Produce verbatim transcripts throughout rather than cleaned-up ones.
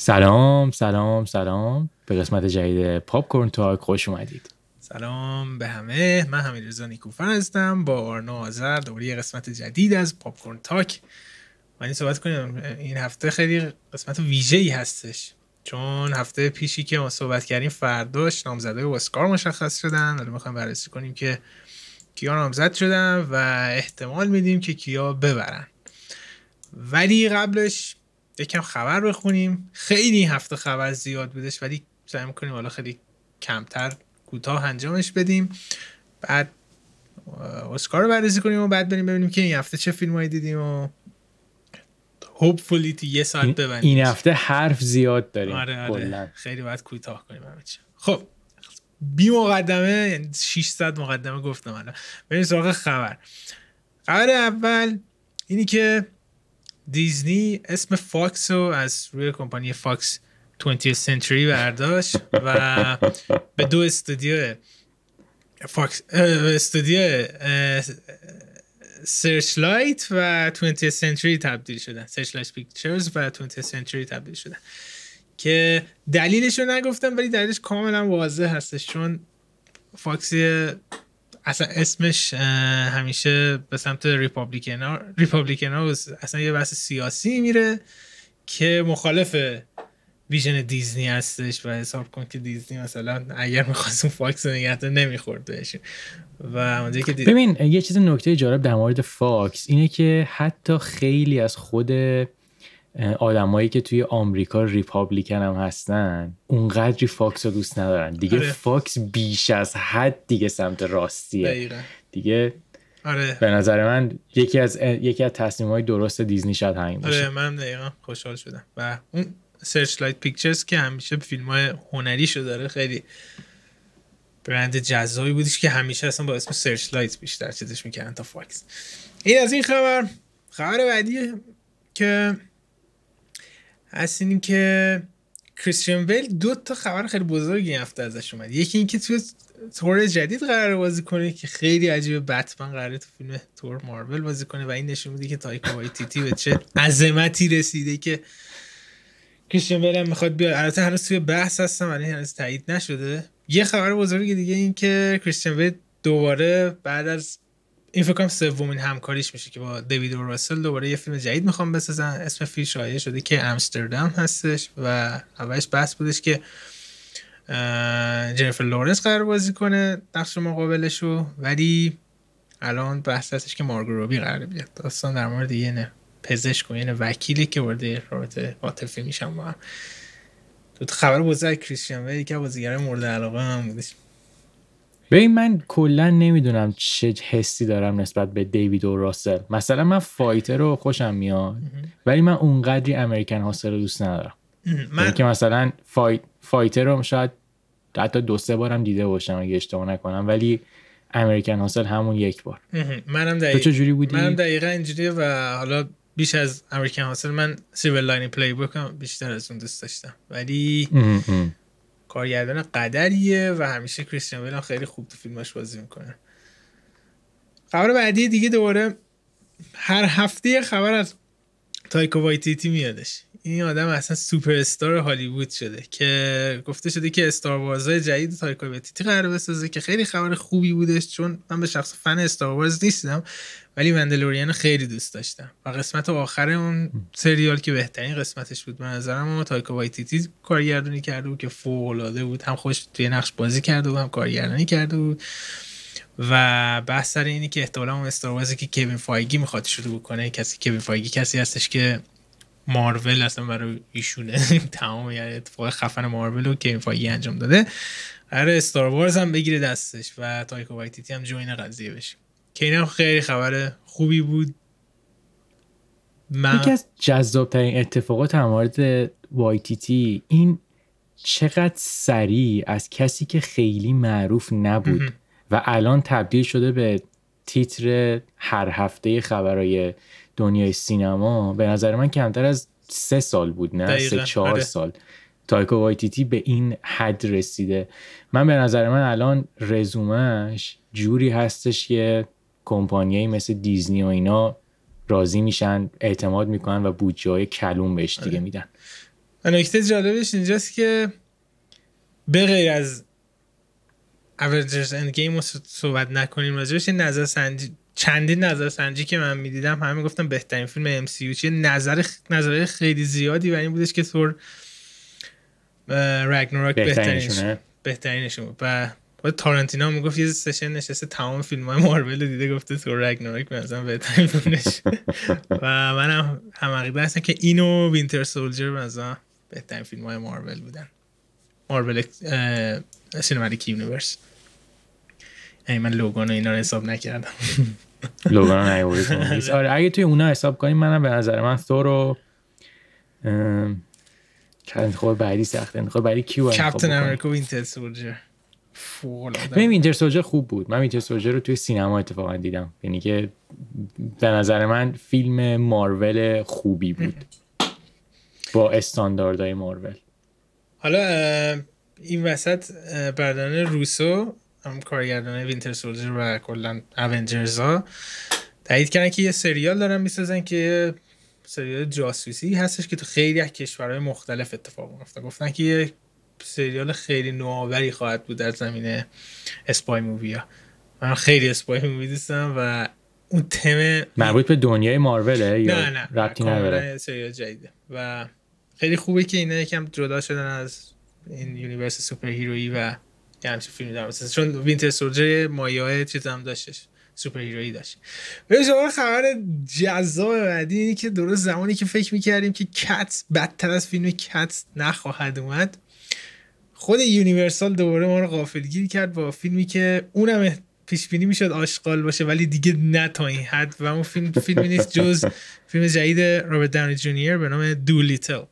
سلام سلام سلام به قسمت جدید پاپ کورن تاک خوش اومدید. سلام به همه، من حمیدرضا نیکوفر هستم با آرنا آذر دوباره یه قسمت جدید از پاپ کورن تاک. من این صحبت کنیم این هفته خیلی قسمت ویژه‌ای هستش، چون هفته پیشی که ما صحبت کردیم فرداش نامزدای اسکار مشخص شدن. حالا میخوایم بررسی کنیم که کیا نامزد شدن و احتمال میدیم که کیا ببرن. ولی قبلش یکم خبر بخونیم. خیلی هفته خبر زیاد بودش ولی سعی می‌کنیم حالا خیلی کمتر کوتاه انجامش بدیم، بعد اسکار رو بررسی کنیم و بعد بریم ببینیم که این هفته چه فیلمایی دیدیم و هوپفولی تو یه ساعت ببندیم. این هفته حرف زیاد داریم. آره آره خیلی باید کوتاه کنیم همه چی. خب بی مقدمه ششصد مقدمه گفتم، الان بریم سراغ خبر. خبر اول اینی که دیزنی اسم فاکس رو از روی کمپانی فاکس بیستمین سنچوری برداشت و به دو استودیو فاکس استودیو سرچلایت و بیستمین سنچوری تبدیل شدن. سرچلایت پیکچرز و بیستمین سنچوری تبدیل شدن که دلیلش رو نگفتم ولی دلیلش کاملا واضح هستش، چون فاکس اصلا اسمش همیشه به سمت ریپابلیکن ریپابلیکن ها اصلا یه بحث سیاسی میره که مخالف ویژن دیزنی هستش و حساب کن که دیزنی مثلا اگر می‌خواست اون فاکس رو نگه داره نمیخورد بهش. و اونجایی که دید... ببین یه چیز نکته جالب در مورد فاکس اینه که حتی خیلی از خود آدمایی که توی آمریکا ریپابلیکن هم هستن اونقدری فاکس رو دوست ندارن دیگه. آره. فاکس بیش از حد دیگه سمت راستیه دقیقا. دیگه آره. به نظر من یکی از یکی از تصمیم‌های درست دیزنی شاید همین باشه. آره منم دقیقاً خوشحال شدم. و اون سرچلایت پیکچرز که همیشه فیلم‌های هنریشو داره، خیلی برند جذابی بودش که همیشه اصلا با اسم سرچلایت بیشتر چیزش می‌کردن تا فاکس. این از این خبر. خبر بعدی که هست اینی که کریستیان بیل دو تا خبر خیلی بزرگی این هفته ازش اومد. یکی این که توی تور جدید قراره بازی کنه که خیلی عجیبه، بتمن قراره تو فیلم تور مارول بازی کنه و این نشون میده که تایکا وایتیتی به چه عظمتی رسیده که کریستیان بیل هم میخواد بیاد. البته هنوز توی بحث هستم ولی هنوز تایید نشده. یه خبر بزرگ دیگه این که کریستیان بیل دوباره بعد از این فکر کنم سومین همکاریش میشه که با دیوید او راسل دوباره یه فیلم جدید میخوام بسازن. اسم فیلم شایع شده که امستردام هستش و اولش بحث بودش که جنیفر لورنس قرار بازی کنه نقش مقابلشو، ولی الان بحث هستش که مارگو روبی قراره بیاد. داستان در مورد یه نه پزشک و یه وکیلی که وارد رابطه عاطفی میشن با هم. تو خبر بزرگ کریستیان بیل که بازیگر مورد علاقه من بودش. ببین من کلا نمیدونم چه حسی دارم نسبت به دیوید او راسل. مثلا من فایتر رو خوشم میاد ولی من اونقدری امریکن هاسل رو دوست ندارم. من که مثلا فایت فایتر رو شاید حتی دو سه بارم دیده باشم اگه اشتباه نکنم، ولی امریکن هاسل همون یک بار. منم دقیقاً تو چه جوری بودی؟ منم دقیقاً اینجوریه و حالا بیش از امریکن هاسل من سیلور لاینینگ پلی بوک هم بیشتر از اون دوست داشتم، ولی کارگردان قدریه و همیشه کریستیان بیل خیلی خوب تو فیلماش بازی میکنه. خبر بعدی دیگه دوباره هر هفته خبر از تایکا وایتیتی میادش. این آدم اصلا سوپر استار هالیوود شده که گفته شده که استار وارزای جدید تایکا وایتیتی قراره بسازه که خیلی خبر خوبی بودش، چون من به شخص فن استار وارز نیستم ولی مندلورین خیلی دوست داشتم و قسمت آخر اون سریال که بهترین قسمتش بود به نظرم و تایکا وایتیتی کارگردانی کرده بود که فوق العاده بود. هم خوش توی نقش بازی کرده بود هم کارگردانی کرده بود و بحث سر اینی که احتمالاً اون استار وارزی که کوین فایگی میخواد شروع بکنه، کسی کوین فایگی کسی هستش که مارول اصلا برای ایشونه تمام یعنی اتفاق خفن مارول رو کوین فایگی انجام داده، قراره استار وارز هم بگیره دستش و تایکا وایتیتی هم جوین قضیه بشه که اینم خیلی خبر خوبی بود. من... یکی از جذاب‌ترین اتفاقات در مورد وایتیتی این چقدر سریع از کسی که خیلی معروف نبود امه. و الان تبدیل شده به تیتر هر هفته خبرای دنیای سینما. به نظر من کمتر از سه سال بود، نه سه چهار آره. سال تایکا وایتیتی به این حد رسیده. من به نظر من الان رزومش جوری هستش که کمپانیایی مثل دیزنی و اینا راضی میشن، اعتماد میکنن و بودجه‌های کلون بهش دیگه میدن. نکته جالبش اینجاست که به غیر از Avengers Endgame رو صحبت نکنیم راجبش، نظر سنجی چندین نظر سنجی که من میدیدم همه گفتم بهترین فیلم ام سی یو چیه. نظر نظر خیلی زیادی و این بودش که ثور راگناراک بهترینشه بهترینشه و بعد تارانتینو میگفت یه سشن نشسته تمام فیلم‌های مارول رو دیده، گفته ثور راگناراک به نظرم بهترین فیلمش و منم هم عقیده هستم که اینو وینتر سولجر به نظرم بهترین فیلم‌های مارول بودن، مارول سینماتیک یونیورس. یعنی من لوگان و اینا رو حساب نکردم. لوگان رو نیاوردید. آره اگه توی اونا حساب کنیم منم به نظر من ثور رو انتخاب بعدی سخته. انتخاب بعدی کیو انتخاب کپتن امریکا وینتر سولجر. من وینتر سولجر خوب بود. من وینتر سولجر رو توی سینما اتفاقا دیدم، یعنی که به نظر من فیلم مارول خوبی بود با استانداردهای مارول. حالا این وسط برادران روسو هم کارگردان وینتر سولجر و کلا اونجرز ها تایید کردن که یه سریال دارن میسازن که سریال جاسوسی هستش که تو خیلی از کشورهای مختلف اتفاق میفته. گفتن که یه سریال خیلی نوآوری خواهد بود در زمینه اسپای مووی ها. من خیلی اسپای مووی دوستم و اون تم مربوط به دنیای ماروله یا نه نه ربطی نداره؟ سریال جدیده و خیلی خوبه که اینا یکم جدا شدن از این یونیورس سوپر هیرویی و یه همچین فیلمی دارم مثلا، چون وینتر سولجر مایه‌های چیز هم داشتش، سوپر هیرویی داشت. به شما خبر جذاب بعدی اینه که درست زمانی که فکر میکردیم که کت بدتر از فیلم کت نخواهد اومد، خود یونیورسال دوباره ما رو غافلگیر کرد با فیلمی که اونم پیش بینی میشد آشغال باشه ولی دیگه نه تا این حد، و اون فیلم فیلمی نیست جز فیلم جدید رابرت داونی جونیور به نام دولیتل.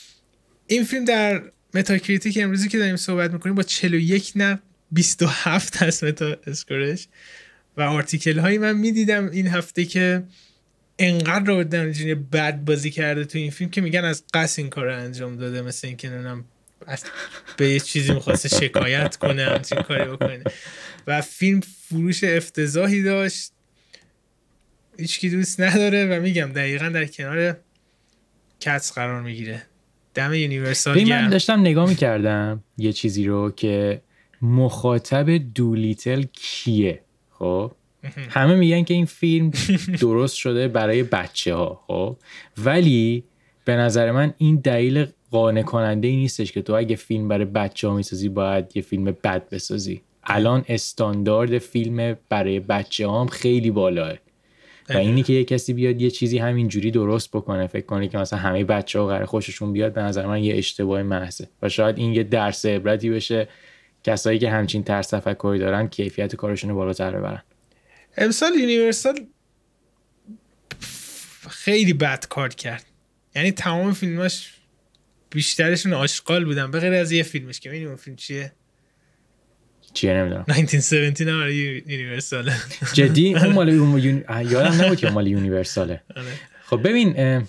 این فیلم در متاکریتیک امروزی که داریم صحبت میکنیم با چهل و یک نه بیست و هفت هست متا اسکورش، و آرتیکل هایی من میدیدم این هفته که انقدر رابرت داونی جونیور بد بازی کرده تو این فیلم که میگن از قصد این کار رو انجام داده، مثل این که نونم به یه چیزی میخواسته شکایت کنه همچین کاری بکنه و فیلم فروش افتضاحی داشت، هیچکی دوست نداره و میگم دقیقاً در کنار کتس قرار میگیره. دم یونیورسال من داشتم نگاه میکردم یه چیزی رو که مخاطب دولیتل کیه. خب همه میگن که این فیلم درست شده برای بچه ها، خب ولی به نظر من این دلیل قانع کننده ای نیستش که تو اگه فیلم برای بچه ها میسازی باید یه فیلم بد بسازی. الان استاندارد فیلم برای بچه ها هم خیلی بالاه و اینی که یه کسی بیاد یه چیزی همینجوری درست بکنه فکر کنه که مثلا همه بچه‌ها قراره خوششون بیاد، به نظر من یه اشتباه محضه و شاید این یه درس عبرتی بشه کسایی که همچین طرز تفکری دارن کیفیت کارشون رو بالاتر ببرن. امسال یونیورسال خیلی بد کار کرد، یعنی تمام فیلماش بیشترشون آشغال بودن به غیر از یه فیلمش که می‌بینیم. اون فیلم چیه؟ چیه نمیدونم. نایزده صد و هفتاد یونیورساله. جدی اون مال یون... یادم نبود که مال یونیورساله. خب ببین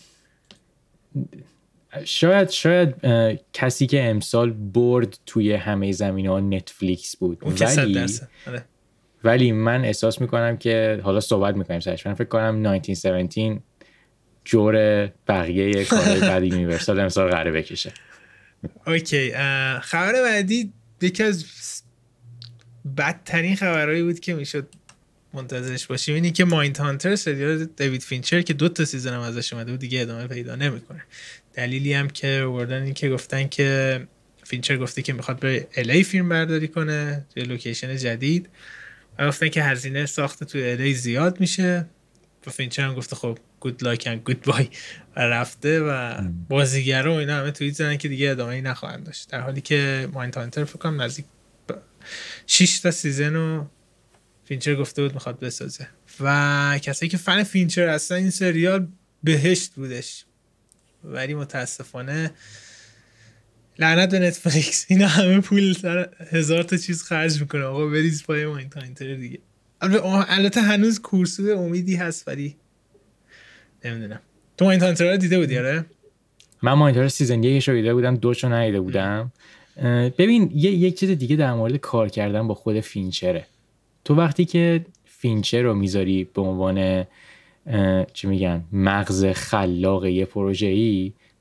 شاید شاید کسی که امسال برد توی همه زمینه‌ها نتفلیکس بود، ولی ولی من احساس میکنم که حالا صحبت میکنیم سرش، من فکر کنم نایزده صد و هفده جور بقیه کارهای بعد یونیورسال امسال قراره بکشه. اوکی خبر بعدی یکی از بدترین خبرهایی بود که میشد منتظرش باشیم، اینی که مایند هانتر سریال دیوید فینچر که دو تا سیزن هم ازش اومده بود دیگه ادامه پیدا نمیکنه. دلیلی هم که آوردن این که گفتن که فینچر گفته که میخواد به الی فیلم برداری کنه توی لوکیشن جدید و گفتن که هزینه ساخت توی الی زیاد میشه و فینچر هم گفته خب گود لاک اند گود بای و رفته و بازیگرا و اینا همه توییت زدن که دیگه ادامه‌ای نخواهند داشت، در حالی که مایند هانتر فکر کنم نزدیک شش تا سیزن رو فینچر گفته بود میخواد بسازه و کسایی که فن فینچر هستن این سریال بهشت بودش، ولی متاسفانه لعنت به نتفلیکس، اینا همه پول سر هزار تا چیز خرج میکنه. آقا بریز پای مایند هانتر دیگه. البته هنوز کورسو امیدی هست ولی نمیدونم. تو مایند هانتر رو دیده بودی؟ آره من مایند هانتر سیزن یکش رو دیده بودم، دوش رو ندیده بودم. ببین یه یک چیز دیگه در مورد کار کردن با خود فینچره. تو وقتی که فینچر رو میذاری به عنوان چی میگن مغز خلاق یه پروژه‌ای،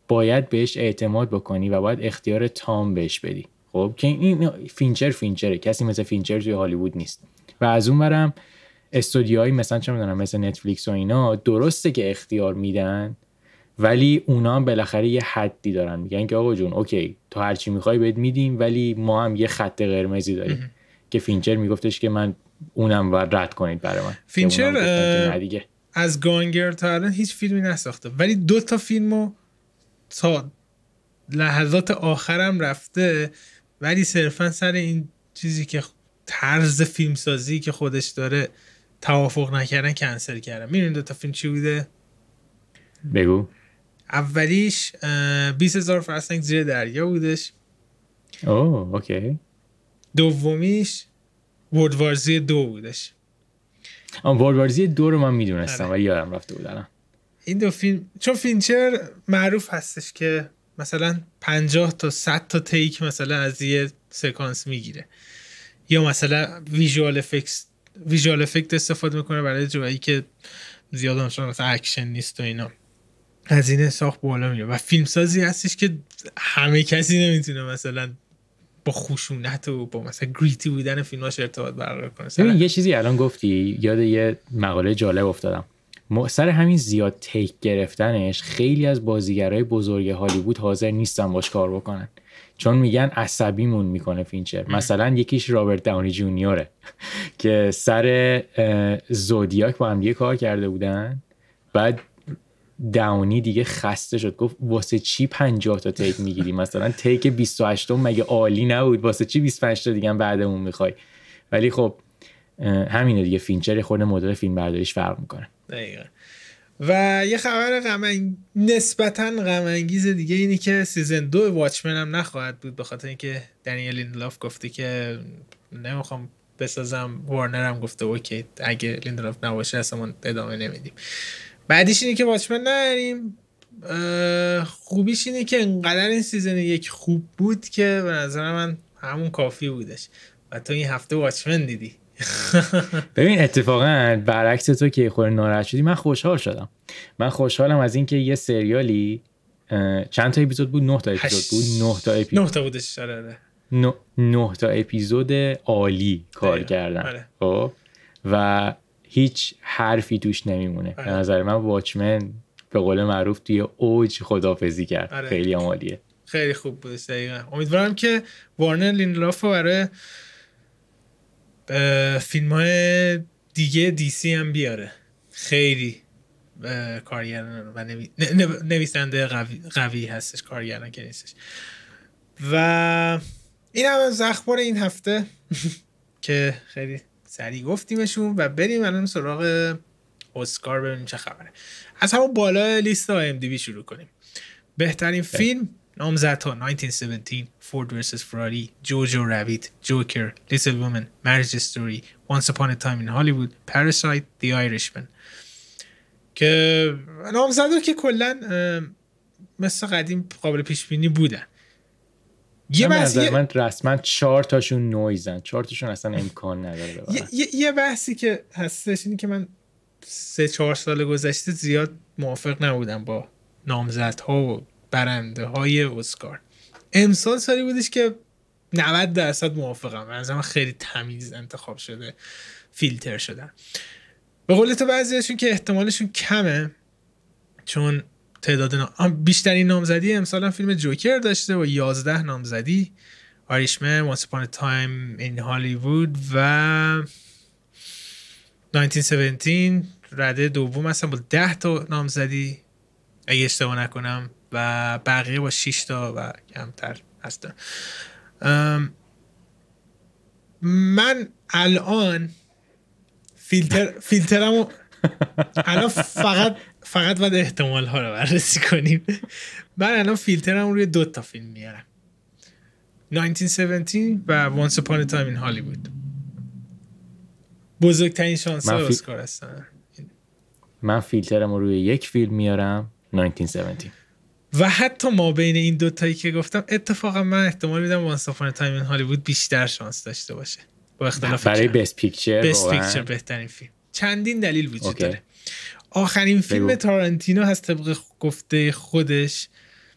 باید بهش اعتماد بکنی و باید اختیار تام بهش بدی. خب که این فینچر فینچره، کسی مثل فینچر توی هالیوود نیست. و از اون برم استودیوهایی مثلا چه میدونم مثل نتفلیکس و اینا درسته که اختیار میدن، ولی اونا هم بالاخره یه حدی دارن، میگن که آقا جون اوکی تو هر چی میخوای بهت میدیم، ولی ما هم یه خط قرمزی داریم که فینچر میگفتش که من اونم باید رد کنید برای من. فینچر از گانگر تا الان هیچ فیلمی نساخته، ولی دو تا فیلمو تا لحظات آخرم رفته، ولی صرفا سر این چیزی که طرز فیلمسازی که خودش داره توافق نکردن کنسل کردن. میدونید دو تا فیلم چی بوده؟ بگو. اولیش بیست هزار فرسنگ زیر دریا بودش. اوه اوکی. دومیش ورلد وار زی دو بودش. آن ورلد وار زی دو رو من میدونستم ولی یادم رفته بود الان. این دو فیلم چون فینچر معروف هستش که مثلا پنجاه تا صد تا تیک مثلا از یه سکانس میگیره، یا مثلا ویژوال افکت ویژوال افکت استفاده میکنه برای جایی که زیاد اونجا مثلا اکشن نیست و اینا، هزینه ساخت بالا میره. و فیلمسازی هستش که همه کسی نمیتونه مثلا با خشونت و با مثلا گریتی بودن فیلماش ارتباط برقرار کنه. ببین یه چیزی الان گفتی یاد یه مقاله جالب افتادم. سر همین زیاد تیک گرفتنش خیلی از بازیگرای بزرگ هالیوود حاضر نیستن باش کار بکنن، چون میگن عصبیمون میکنه فینچر. مثلا یکیش رابرت داونی جونیوره که سر زودیاک با هم دیگه کار کرده بودن، بعد داونی دیگه خسته شد، گفت واسه چی پنجاه تا تیک میگیری؟ مثلا تیک بیست و هشت مگه عالی نبود؟ واسه چی بیست و پنج تا دیگه هم بعدمون میخوای؟ ولی خب همینه دیگه، فینچر خود مدل فیلم برداریش فرق میکنه. دقیقا. و یه خبر غم نسبتاً غم انگیز دیگه اینی که سیزن دو واچمن هم نخواهد بود، به خاطر اینکه دنیل لیندلاف گفته که نمیخوام بسازم. وارنر هم گفته اوکی اگه لیندلاف نباشه اصلا ادامه نمیدیم. بعدیش اینه که واچمن نداریم. خوبیش اینه که انقدر این سیزن یک خوب بود که به نظر من همون کافی بودش و تو این هفته واچمن دیدی. ببین اتفاقا برعکس تو که خود ناراحت شدی، من خوشحال شدم. من خوشحالم از این که یه سریالی چند تا اپیزود بود؟ نه تا اپیزود بود. نه تا اپیزود. نه تا بودش. آره. نه نه تا اپیزود عالی کار کردن. خب و هیچ حرفی توش نمیمونه. به نظر من واچمن به قول معروف توی اوج خدافظی کرد. آره. خیلی عالیه. خیلی خوب بود دقیقاً. امیدوارم که وارنر لیندلاف رو برای فیلم های دیگه دی سی هم بیاره. خیلی کارگردان و نوی... نویسنده قوی... قوی هستش، کارگردان که نیستش. و این هم از اخبار این هفته که خیلی سریع گفتیمشون و بریم الان سراغ اسکار ببینیم چه خبره. از همون بالا لیست آی ام دی بی شروع کنیم. بهترین فیلم نامزدها: نایزده هفده، فورد ورسس فراری، جوجو رابیت، جوکر، لیتل وومن، مریج استوری، وانس اپان ا تایم این هالیوود، پاراسایت، دی آیریشمن. که نامزدها که کلا مثل قدیم قابل پیش بینی بودن. یه بحثی من رسما چهار تاشون نویزن، چهار تاشون اصلا امکان نداره ببرن. یه یه بحثی که هستش اینه که من سه چهار سال گذشته زیاد موافق نبودم با نامزدها و برنده های اسکار. امسال سالی بودش که نود درصد موافقم. از من خیلی تمیز انتخاب شده، فیلتر شدن. به قول تو بعضیشون که احتمالشون کمه، چون تعداد نام... بیشترین نامزدی امسال هم فیلم جوکر داشته و یازده نامزدی، آیریشمن، وانس اپان ا تایم این هالیوود و نایزده هفده رده دوم اصلا با ده تا نامزدی اگه اشتباه نکنم و بقیه با شش تا و کمتر هستن. من الان فیلتر فیلترمو الان فقط فقط باید احتمال ها رو بررسی کنیم. من الان فیلترم روی دو تا فیلم میارم: نایزده هفده و وانس اپان ا تایم این هالیوود. بزرگترین شانس های فیل... اسکار هستن. من فیلترم روی یک فیلم میارم، نایزده هفده. و حتی ما بین این دو تایی که گفتم اتفاقا من احتمال میدم وانس اپان ا تایم این هالیوود بیشتر شانس داشته باشه با اختلاف برای بست پیکچر. بست پیکچر بهترین فیلم. چندین دلیل وجود اوکی. داره. آخرین فیلم بگو. تارانتینو هست طبق گفته خودش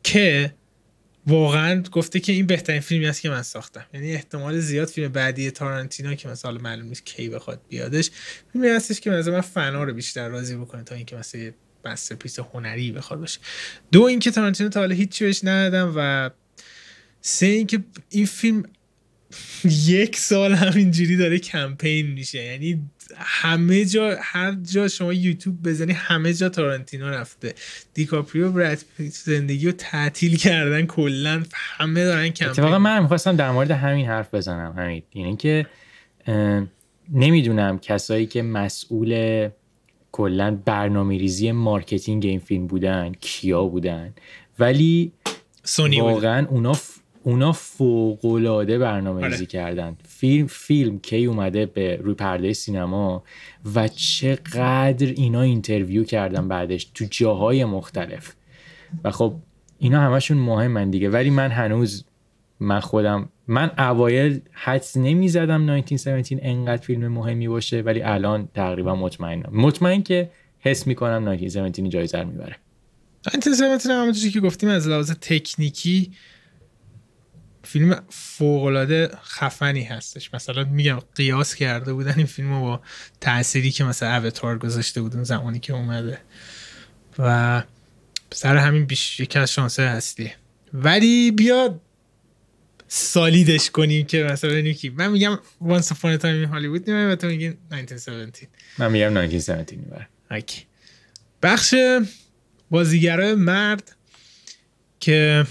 که واقعا گفته که این بهترین فیلمی است که من ساختم. یعنی احتمال زیاد فیلم بعدی تارانتینو که مثلا معلوم نیست کی بخواد بیادش، فیلمی هستش که مثلا من فنا رو بیشتر راضی بکنه تا اینکه مثلا یه مسترپیس هنری بخواد باشه. دو اینکه تارانتینو تا حالا هیچی بهش ندادم، و سه اینکه این فیلم یک سال همینجوری داره کمپین میشه. یعنی همه جا، هر جا شما یوتیوب بزنی همه جا تارانتینو رفته. دیکاپریو و براد پیت زندگی رو تعطیل کردن کلا، همه دارن کمپین. اتفاقا من می‌خواستم در مورد همین حرف بزنم. همین یعنی که نمیدونم کسایی که مسئول کلا برنامه‌ریزی مارکتینگ این فیلم بودن کیا بودن، ولی سونی واقعا اونا ف... اونا فوق‌العاده برنامه‌ریزی کردن. فیلم فیلم کی اومده به روی پرده سینما و چقدر اینا اینترویو کردن بعدش تو جاهای مختلف، و خب اینا همشون مهمن دیگه. ولی من هنوز من خودم من اوایل حدس نمی‌زدم نایزده هفده انقدر فیلم مهمی باشه، ولی الان تقریبا مطمئنم مطمئن که حس می‌کنم نایزده هفده جایزه رو میبره. نایزده هفده همونجوری که گفتیم از لحاظ تکنیکی فیلم فوق‌العاده خفنی هستش. مثلا میگم قیاس کرده بودن این فیلمو با تأثیری که مثلا اواتار گذاشته بودن زمانی که اومده، و سر همین بیش یکی از شانس‌های هستیه. ولی بیا سالیدش کنیم که مثلا ببینیم کی. من میگم Once Upon a Time in Hollywood میبره و تو میگی نایزده هفده. من میگم نایزده هفده میبره. اوکی. بخش بازیگرای مرد که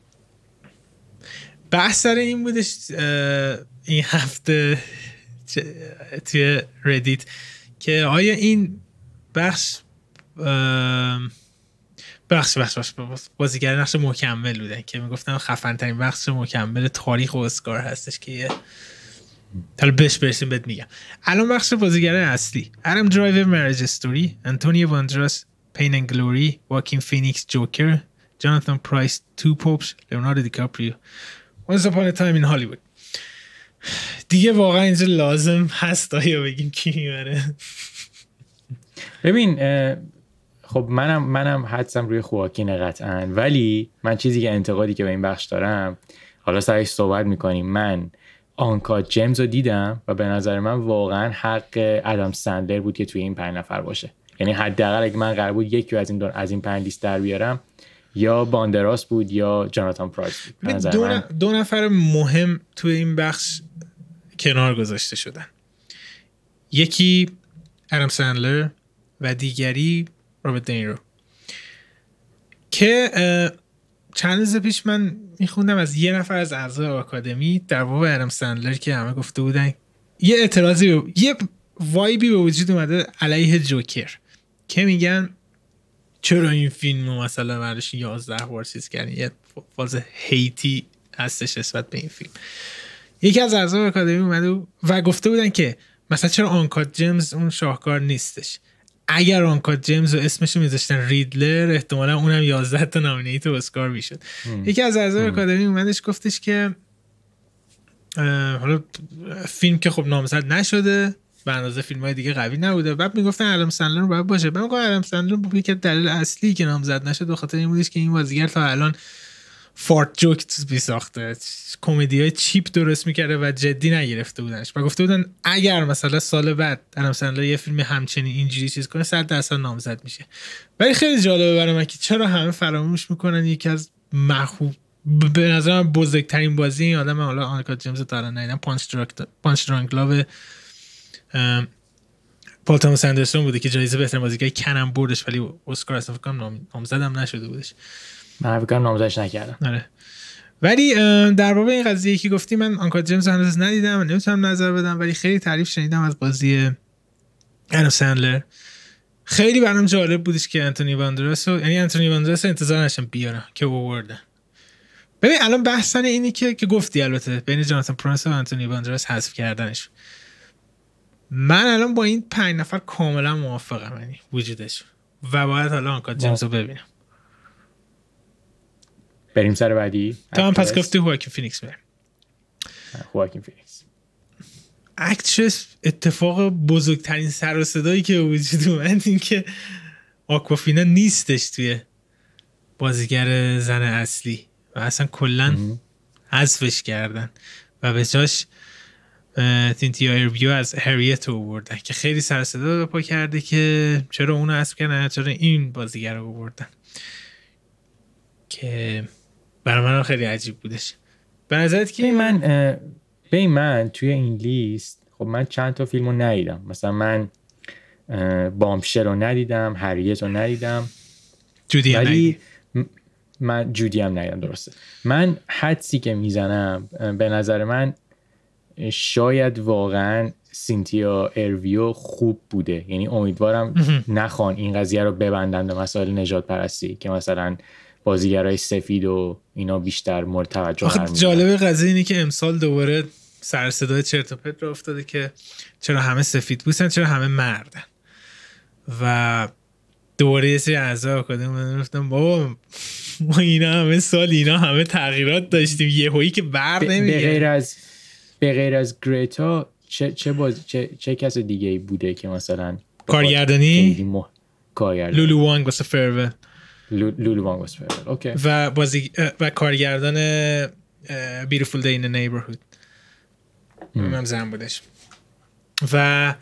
بحث سر این بودش این هفته توی ردیت که آیا این بخش بخش بخش بخش بازیگر نقش مکمل بودن که میگفتن خفن ترین بخش مکمل تاریخ اسکار هستش که یه حالا بهش برسیم بهت میگم. الان بخش بازیگر اصلی: ادم درایور مریج استوری، انتونیو باندراس پین اند گلوری، واکین فینیکس جوکر، جوناتان پرایس تو پوپس، لئوناردو دیکاپریو Once Upon a Time in Hollywood. دیگه واقعا اینجا لازم هست آیا بگیم کی میبره؟ ببین خب منم منم حدسم روی خواکین قطعاً، ولی من چیزی که انتقادی که به این بخش دارم، حالا سرش صحبت میکنیم، من آنکات جیمز رو دیدم و به نظر من واقعا حق ادم سندلر بود که توی این پنج نفر باشه. یعنی حداقل اگه من قرار بود یکی از این دو از این پنج لیست در بیارم، یا باندراس بود یا جاناتان پرایس بود. دو, من... دو نفر مهم توی این بخش کنار گذاشته شدن، یکی ادم سندلر و دیگری رابرت دنیرو، که چند روز پیش من میخوندم از یه نفر از اعضای آکادمی در باب ادم سندلر که همه گفته بودن یه اعتراضی ب... یه وایبی به وجود اومده علیه جوکر که میگن چرا این فیلم رو مثلا برداشت یازده بار چیز کردن. یه فاز هیتی هستش نسبت به این فیلم. یکی از اعضای آکادمی اومده و گفته بودن که مثلا چرا آنکات جیمز اون شاهکار نیستش. اگر آنکات جیمز رو اسمش رو میذاشتن ریدلر، احتمالا اونم یازده تا نامینیت اسکار میشد. یکی از اعضای آکادمی اومدش گفتش که حالا فیلم که خب نامزد نشده به اندازه فیلم‌های دیگه قوی نبوده، بعد میگفتن ادم سندلر رو باید باشه. من میگم ادم سندلر بود یکی دلیل اصلی که نامزد نشد به خاطر این بودش که این بازیگر تا الان فارت جوک بی ساخته، کمدیای چیپ درست میکرده و جدی نگرفته بودنش و گفته بودن اگر مثلا سال بعد ادم سندلر یه فیلم همچنین اینجوری چیز کنه صد درصد نامزد میشه. ولی خیلی جالبه برای من که چرا همه فراموش میکنن یکی از محبوب به نظر من بزرگترین بازی این آدم، حالا آنکات جیمز تا الان ندیدم، پانچ درانک پانچ درانک لاو پال تاماس اندرسون بوده که جایزه بهترین بازیگر کنم بردش، ولی اسکار اصلا فکر کنم نامزدم نشده بودش. من فکر کنم نامزدش نکردم. آره. ولی در باب این قضیه که گفتی من آنکات جیمز هنوز ندیدم و نمیتونم نظر بدم، ولی خیلی تعریف شنیدم از بازی ادم سندلر. خیلی برام جالب بودش که انتونی باندراس رو، یعنی انتونی باندراس انتظار نشم بیارم که آوردن. ببین الان بحثن اینی که که گفتی البته بین جاناتان پرایس و انتونی باندراس حذف کردنش. من الان با این پنج نفر کاملا موافقم، یعنی وجودش، و باید حالا آنکات جیمز رو ببینم. بریم سر بعدی. تا هم پس گفتی هواکین فینیکس بریم. هواکین فینیکس اکترس. اتفاق بزرگترین سر و صدایی که وجود اومد این که آکوافینا نیستش توی بازیگر زن اصلی و اصلا کلا حذفش کردن و به جاش تینتیا اربیو از هریت رو آوردن که خیلی سر صدا به پا کرده که چرا اونو حذف کردن، چرا این بازیگر رو آوردن، که برای من خیلی عجیب بودش. به نظرت که من به من توی این لیست خب من چند تا فیلمو ندیدم، مثلا من بامشل رو ندیدم، هریت رو ندیدم، جودی هم ولی من جودی هم ندیدم. درسته. من حدسی که میزنم به نظر من شاید واقعا سینتیا اربیو خوب بوده، یعنی امیدوارم نخوان این قضیه رو ببندن به مسائل نژاد پرستی که مثلا بازیگرای سفید و اینا بیشتر مورد توجه قرار میدن. جالب قضیه اینه که امسال دوباره سر صدای چرت و پرت را افتاده که چرا همه سفید پوستن، چرا همه مردن، و دوباره یه سری اعضا آکادمی من گفتم بابا ما اینا همه سال اینا همه تغییرات داشتیم، یهویی که بر نمیگه. به غیر از به غیر از گریتا چه چه باز چه چه کس دیگه ای بوده که مثلا کارگردانی مح... کارگردانی لولو وانگ واسه فرول لولو وانگ واسه فرول اوکی، و بازی و کارگردان بیوتیفول دی این نیبرهود اونم زن بودش. و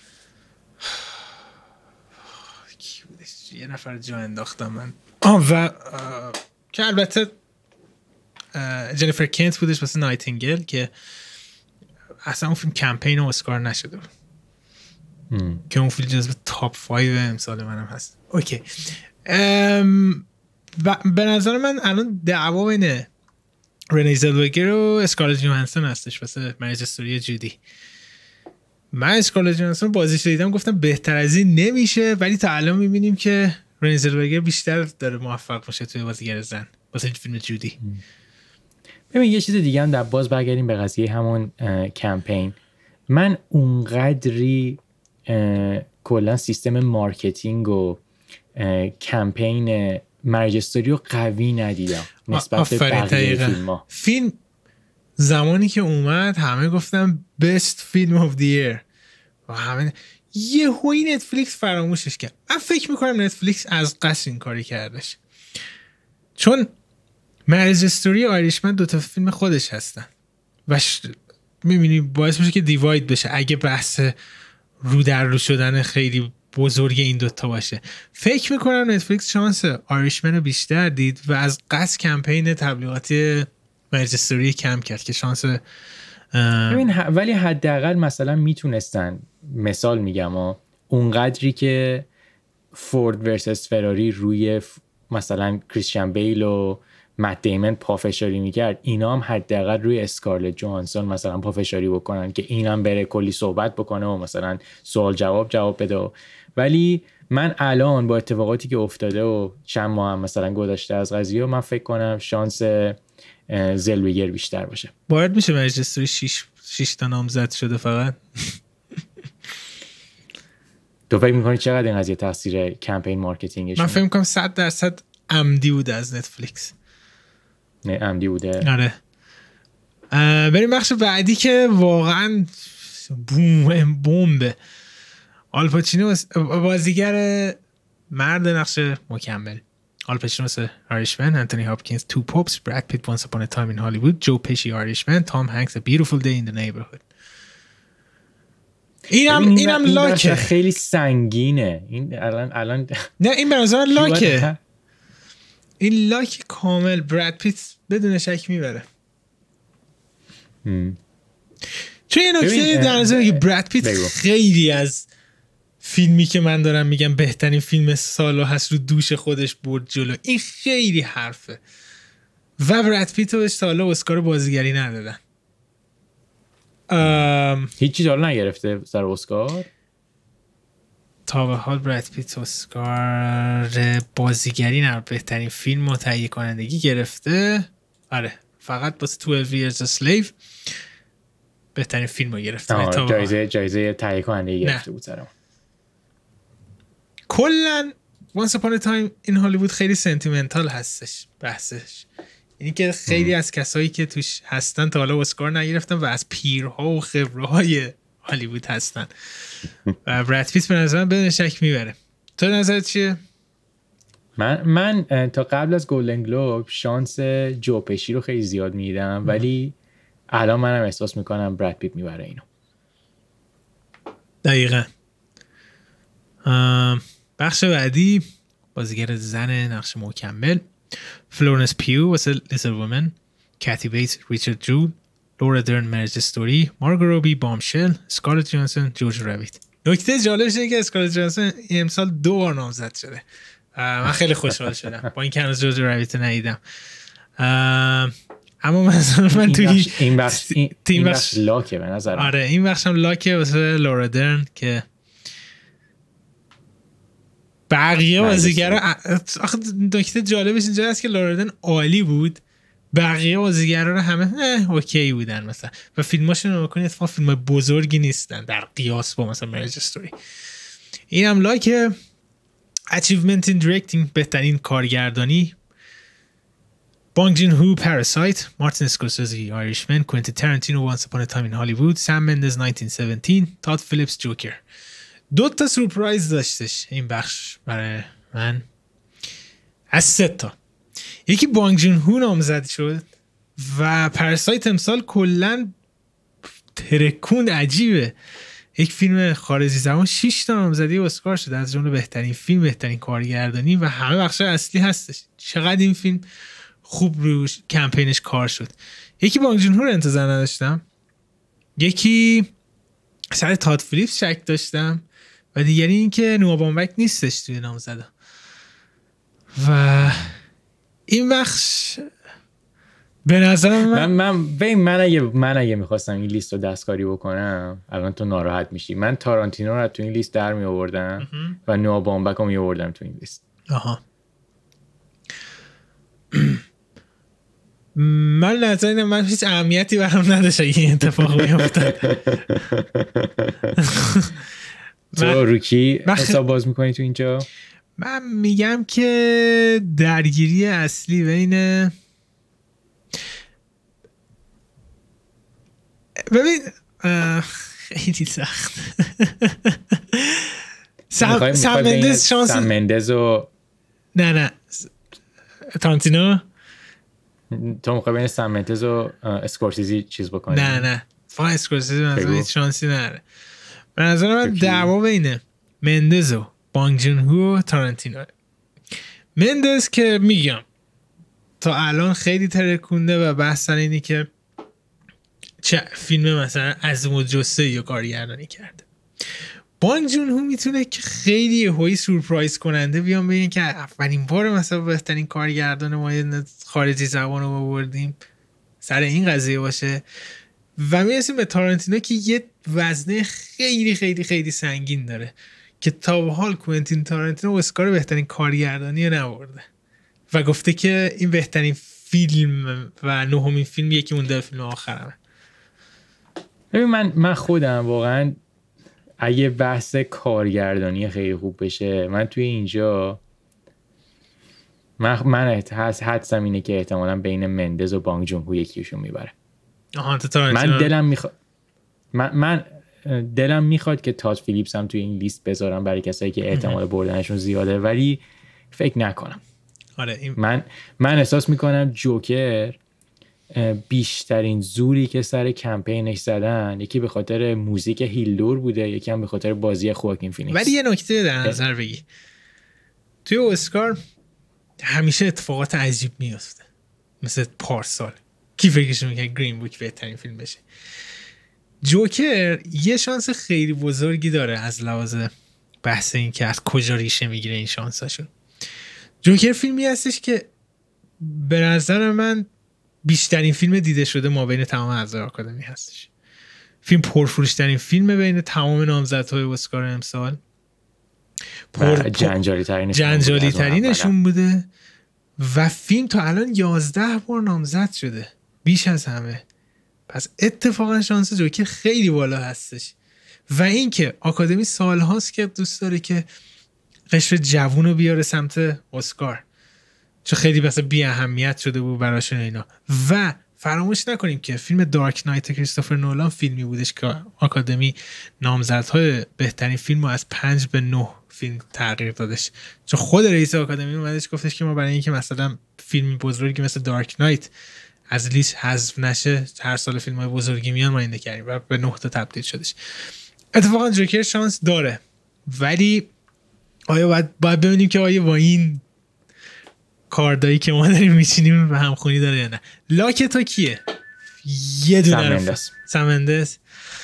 کی بودش؟ یه نفر جا انداختم من. آه و که البته جنیفر کنت بودش واسه نایتینگل که اصلا اون فیلم کمپین اسکار نشده بود که اون فیلم جزو تاپ پنج امسال منم هست. اوکی. ام به نظر من الان دعوا بین رنی زلوگر و اسکارلت جوهانسون هستش واسه مریج استوری جودی. من اسکارلت جوهانسون بازیش دیدم گفتم بهتر از این نمیشه، ولی تا الان میبینیم که رنی زلوگر بیشتر داره موفق باشه توی بازیگر زن واسه این فیلم جودی. ببین یه چیز دیگه هم در باز برگردیم به قضیه همون کمپین. من اونقدری کلا سیستم مارکتینگ و کمپین مریج استوری رو قوی ندیدم نسبت به بقیه فیلم‌ها. فیلم زمانی که اومد همه گفتم best film of the year و همه یه هوی نتفلیکس فراموشش کرد. من فکر میکنم نتفلیکس از قصد این کاری کردش، چون مریج استوری و آیریشمن دوتا فیلم خودش هستن و ش... میبینی باعث میشه که دیواید بشه اگه بحث رو در رو شدن خیلی بزرگ این دوتا باشه. فکر میکنم نتفلیکس شانس آیریشمن رو بیشتر دید و از قصد کمپین تبلیغاتی مریج استوری کم کرد که شانس ببین ه... ولی حداقل مثلا میتونستن، مثال میگم ها، اونقدری که فورد ورسس فراری روی ف... مثلا کریستیان بیل و مت دیمن پافشاری میکرد، اینا هم حداقل روی اسکارلت جوهانسون مثلا پافشاری بکنن که اینم بره کلی صحبت بکنه و مثلا سوال جواب جواب بده. ولی من الان با اتفاقاتی که افتاده و چند ماه هم مثلا گذشته از قضیه، من فکر کنم شانس زلوگر بیشتر باشه. باید میشه مریج استوری شش شش تا نامزد شده فقط. تو فکر میکنی چقدر این قضیه تاثیر کمپین مارکتینگش؟ من فکر میکنم صد درصد عمدی بوده از نتفلیکس. نه عمدی بوده. آره. بریم بخش بعدی که واقعا بوم بمبه. آل پاچینو بازیگر مرد نقش مکمل. آل پاچینو واسه آیریشمن، انتونی هاپکینز تو پاپس، براد پیت وانس اپون ا تایم این هالیوود، جو پشی آیریشمن، تام هنکس بیوتیفول دی این دی نیبرهود. اینم اینم لاکه خیلی سنگینه. این الان الان نه این به نظر لاکه. این لاک کامل براد پیت بدون شک میبره. چون یه نکته در نظر که براد پیت خیلی از فیلمی که من دارم میگم بهترین فیلم سالو هست رو دوش خودش برد جلو. این خیلی حرفه و براد پیت رو سالو اسکار بازیگری ندادن. ام... هیچی داره نگرفته سر اسکار تا به حال. براد پیت اسکار بازیگری نه، بهترین فیلم و تهیه کنندگی گرفته. آره فقط واسه دوازده Years a Slave بهترین فیلم رو گرفته. جایزه جایزه تهیه کنندگی گرفته بود سرم. کلا Once Upon a Time in Hollywood خیلی سنتیمنتال هستش بحثش، یعنی که خیلی ام. از کسایی که توش هستن تا حالا اسکار نگرفتن و از پیرها و خبرهای هالیوود هستن و براد پیت به نظرم بدون شک میبره. تو نظرت چیه؟ من من تا قبل از گلدن گلوب شانس جو پشی رو خیلی زیاد میدم، ولی الان منم احساس میکنم براد پیت میبره اینو. دقیقاً. بخش بعدی بازیگر زن نقش مکمل: فلورنس پیو واسه لیتل وومن، کاتی بیت ریچارد جول، لورا درن مرج استوری، مارگو روبی بامشل، اسکارلت جانسون جوجو رابیت. نکته جالبش اینه که اسکارلت جانسون امسال دو بار نامزد شده. من خیلی خوشحال شدم با این که هنوز جوجو رابیت ندیدم. اما مثلا من توی این بخش این بخش لاکه به نظرم. آره این بخش هم لاکه واسه لورا درن که بقیه بازیگرا. آخه نکته جالبش اینجا هست که لورا درن عالی بود، بقیه بازیگرا رو همه اوکی بودن مثلا، و فیلماشون رو بکنید اتفاقا فیلم بزرگی نیستن در قیاس با مثلا مرج استوری. این هم لایک. اچیومنت این دایرکتینگ بهترین کارگردانی: بانگ جون هو پاراسایت، مارتین اسکورسیزی آیریشمن، کوئنتین تارانتینو وانس اپون ا تایم این هالیوود، سام مندز نایزده هفده، تاد فیلیپس جوکر. دو تا سورپرایز داشتش این بخش برای من از سه تا. یکی بانگ جون هو نامزد شد و پاراسایت امسال کلا ترکون عجیبه. یک فیلم خارجی زبان شش تا نامزدی اسکار شده، از جمله بهترین فیلم، بهترین کارگردانی و همه بخش اصلی هستش. چقدر این فیلم خوب روش کمپینش کار شد. یکی بانگ جون هو رو انتظار نداشتم، یکی سر تاد فیلیپس شک داشتم و دیگری این که نوآ بامبک نیستش توی نامزدا. و این بخش به نظر من من من من اگه من اگه می‌خواستم این لیست رو دستکاری بکنم، الان تو ناراحت میشی، من تارانتینو رو تو این لیست در می آوردم و نوآ بامبک رو می آوردم تو این لیست. آها. من نظرم من هیچ اهمیتی برام نداشت اگه این اتفاق بیفته. تو روکی حساب باز میکنی تو اینجا؟ من میگم که درگیری اصلی بین ببین خیلی سخت. سام سام مندز شانس سام مندز و نه نه تارانتینو. تو میخوای بین سام مندز و اسکورسیزی چیز بکنی؟ نه نه فقط اسکورسیزی مثلا هیچ شانسی نداره. به نظر من دعوا بین مندز و بانگ جون هو و تارانتینو. مندز که میگم تا الان خیلی ترکونده و بحث سر اینی که چه فیلم مثلا از مجسه یا کارگردانی کرده. بانگ جون هو میتونه که خیلی هوی سورپرایز کننده بیان بگن که اولین بار مثلا بهترین کارگردان ما خارجی زبان رو آوردیم، سر این قضیه باشه. و میرسیم به تارانتینو که یه وزنه خیلی خیلی خیلی سنگین داره که تا به حال کوئنتین تارانتینو اسکار بهترین کارگردانی رو نبرده و گفته که این بهترین فیلم و نهمین فیلم یکی مونده فیلم آخرمه. ببین من من خودم واقعا اگه بحث کارگردانی خیلی خوب بشه، من توی اینجا من من حدسم اینه که احتمالاً بین مندز و بانگ جون هو یکیشون میبره. آها تو تارانتینو. من دلم میخواد من من دلم میخواد که تاد فیلیپس هم توی این لیست بذارم برای کسایی که احتمال بردنشون زیاده، ولی فکر نکنم. آره این... من من احساس میکنم جوکر بیشترین زوری که سر کمپینش زدن یکی به خاطر موزیک هیلدور بوده، یکی هم به خاطر بازی خواکین فینیکس. ولی یه نکته در نظر بگی، توی اسکار همیشه اتفاقات عجیب میفته، مثل پارسال کی فکرش میکنه گرین بوک بهترین فیلم بشه. جوکر یه شانس خیلی بزرگی داره از لحاظ بحث این که از کجا ریشه میگیره این شانساشون. جوکر فیلمی هستش که به نظر من بیشترین فیلم دیده شده ما بین تمام اعضای آکادمی هستش. فیلم پرفروشترین فیلم بین تمام نامزدهای اسکار امسال، پر جنجالی ترینش جنجالی ترینشون بوده و فیلم تا الان یازده بار نامزد شده، بیش از همه. پس اتفاقا شانس جوکر خیلی بالا هستش. و این که آکادمی سال هاست که دوست داره که قشر جوون رو بیاره سمت اسکار، چون خیلی بس بی اهمیت شده بود براشون اینا. و فراموش نکنیم که فیلم دارک نایت کریستوفر نولان فیلمی بودش که آکادمی نامزدهای بهترین فیلم رو از پنج به نه فیلم تغییر دادش، چون خود رئیس آکادمی اومدش گفتش که ما برای اینکه مثلا فیلم بزرگی مثل دارک نایت از لیست حذف نشه، هر سال فیلم‌های بزرگی میان ما اینو کردیم و به نه تا تبدیل شدش. اتفاقا جوکر شانس داره، ولی آیا باید, باید ببینیم که آیا با این کاردایی که ما داریم میچینیم به همخونی داره یا نه. لاک تو کیه؟ یه دونه رو سمندس.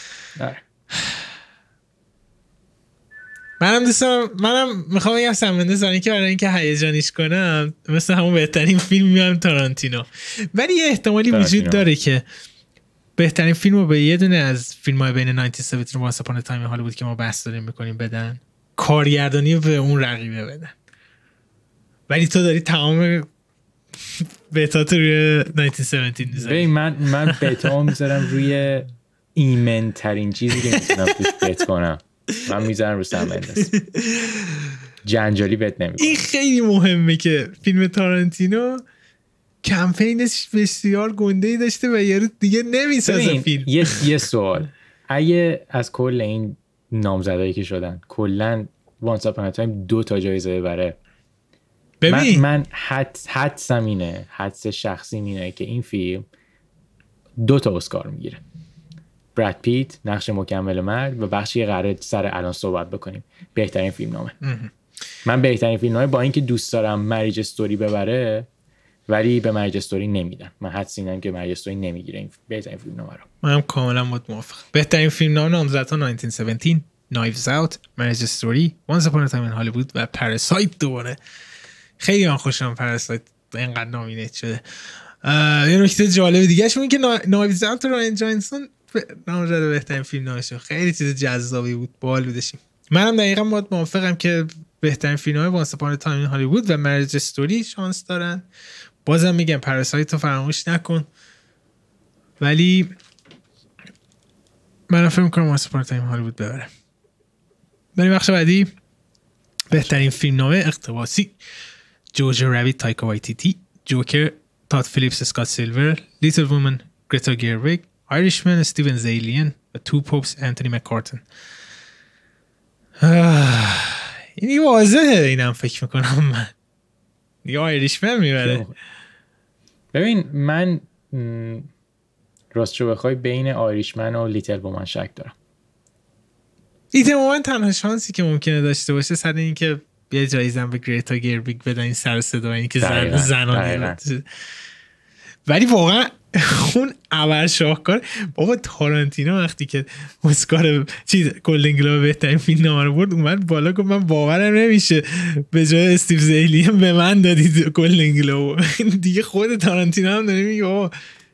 منم دوستم منم میخوام بگم سمندس، برای اینکه برای اینکه هیجانیش کنم مثل همون بهترین فیلم میام تارانتینو، ولی یه احتمالی وجود داره که بهترین فیلم رو به یه دونه از فیلم‌های بین نود و هفت و وانس اپون ا تایم هالیوود که ما بحث داریم میکنیم بدن، کارگردانی به اون رقیبه بدن. ولی تو داری تمام بتات روی نود و هفت میذاری. من من بتا میذارم روی ایمن ترین چیزی که میتونم توش بت کنم، من میذارم رو سمندس. جنجالی بت نمیکنم. این خیلی مهمه که فیلم تارانتینو کمپینش بسیار گنده‌ای داشته و یارو دیگه نمیسازه فیلم. یه یه سوال، اگه از کل این نامزدایی که شدن کلا وانس اپون ا تایم دو تا جایزه ببره، ببین من, من حد حدسم اینه، حدس شخصی اینه که این فیلم دو تا اسکار میگیره. براد پیت نقش مکمل مرد و بخشی قراره سر الان صحبت بکنیم بهترین فیلم نامه. من بهترین فیلم نامه با اینکه دوست دارم مریج استوری ببره، ولی به مریج استوری نمیدم. من حدس اینم که مریج استوری نمیگیره این بهترین فیلم نامه رو. منم کاملا موافقم. بهترین فیلم نامه نامزدها نایزده هفده، نایوز اوت، مریج استوری، وانس اپون ا تایم این هالیوود و پاراسایت. دوباره خیلی من خوشم پاراسایت اینقدر نامینیت شده. یه نکته جالب دیگه‌اش اینه که نایوز اوت و راین جانسون نامزد بهترین فیلم نامه شد. خیلی چیز جذابی بود، باحال بودشیم. منم دقیقاً باهات موافقم که بهترین فیلم نامه وانس اپون ا تایم این هالیوود و مریج استوری شانس دارن. بازم میگم پاراسایت رو فراموش نکن، ولی من فکر می‌کنم وانس اپون ا تایم هالیوود ببره. بریم بخش بعدی. بهترین فیلم نامه اقتباسی: جوجو رابیت تایکا وایتیتی، جوکر تاد فیلیپس اسکات سیلور، لیتل وومن گرتا گرویگ، آیریشمن استیون زیلیان و تو پوپس انتونی مککارتن. اینی واضحه، اینم فکر میکنم من یا آیریشمن میبره. ببین من راستشو بخوای بین آیریشمن و لیتل وومن شک دارم. لیتل وومن تنها شانسی که ممکنه داشته باشه سر این که بیا جایزم به گریتا گربیگ بدن، این سر صدا اینی که زن زنانه. ولی واقعا اون اول شاهکار بابا تارانتینو وقتی که اسکار چیز گلدن گلوب بهترین فیلم نامه رو برد اومد بالا گفت من باورم نمیشه به جای استیو زیلیان به من دادید گلدن گلوب. دیگه خود تارانتینو هم داره میگه بابا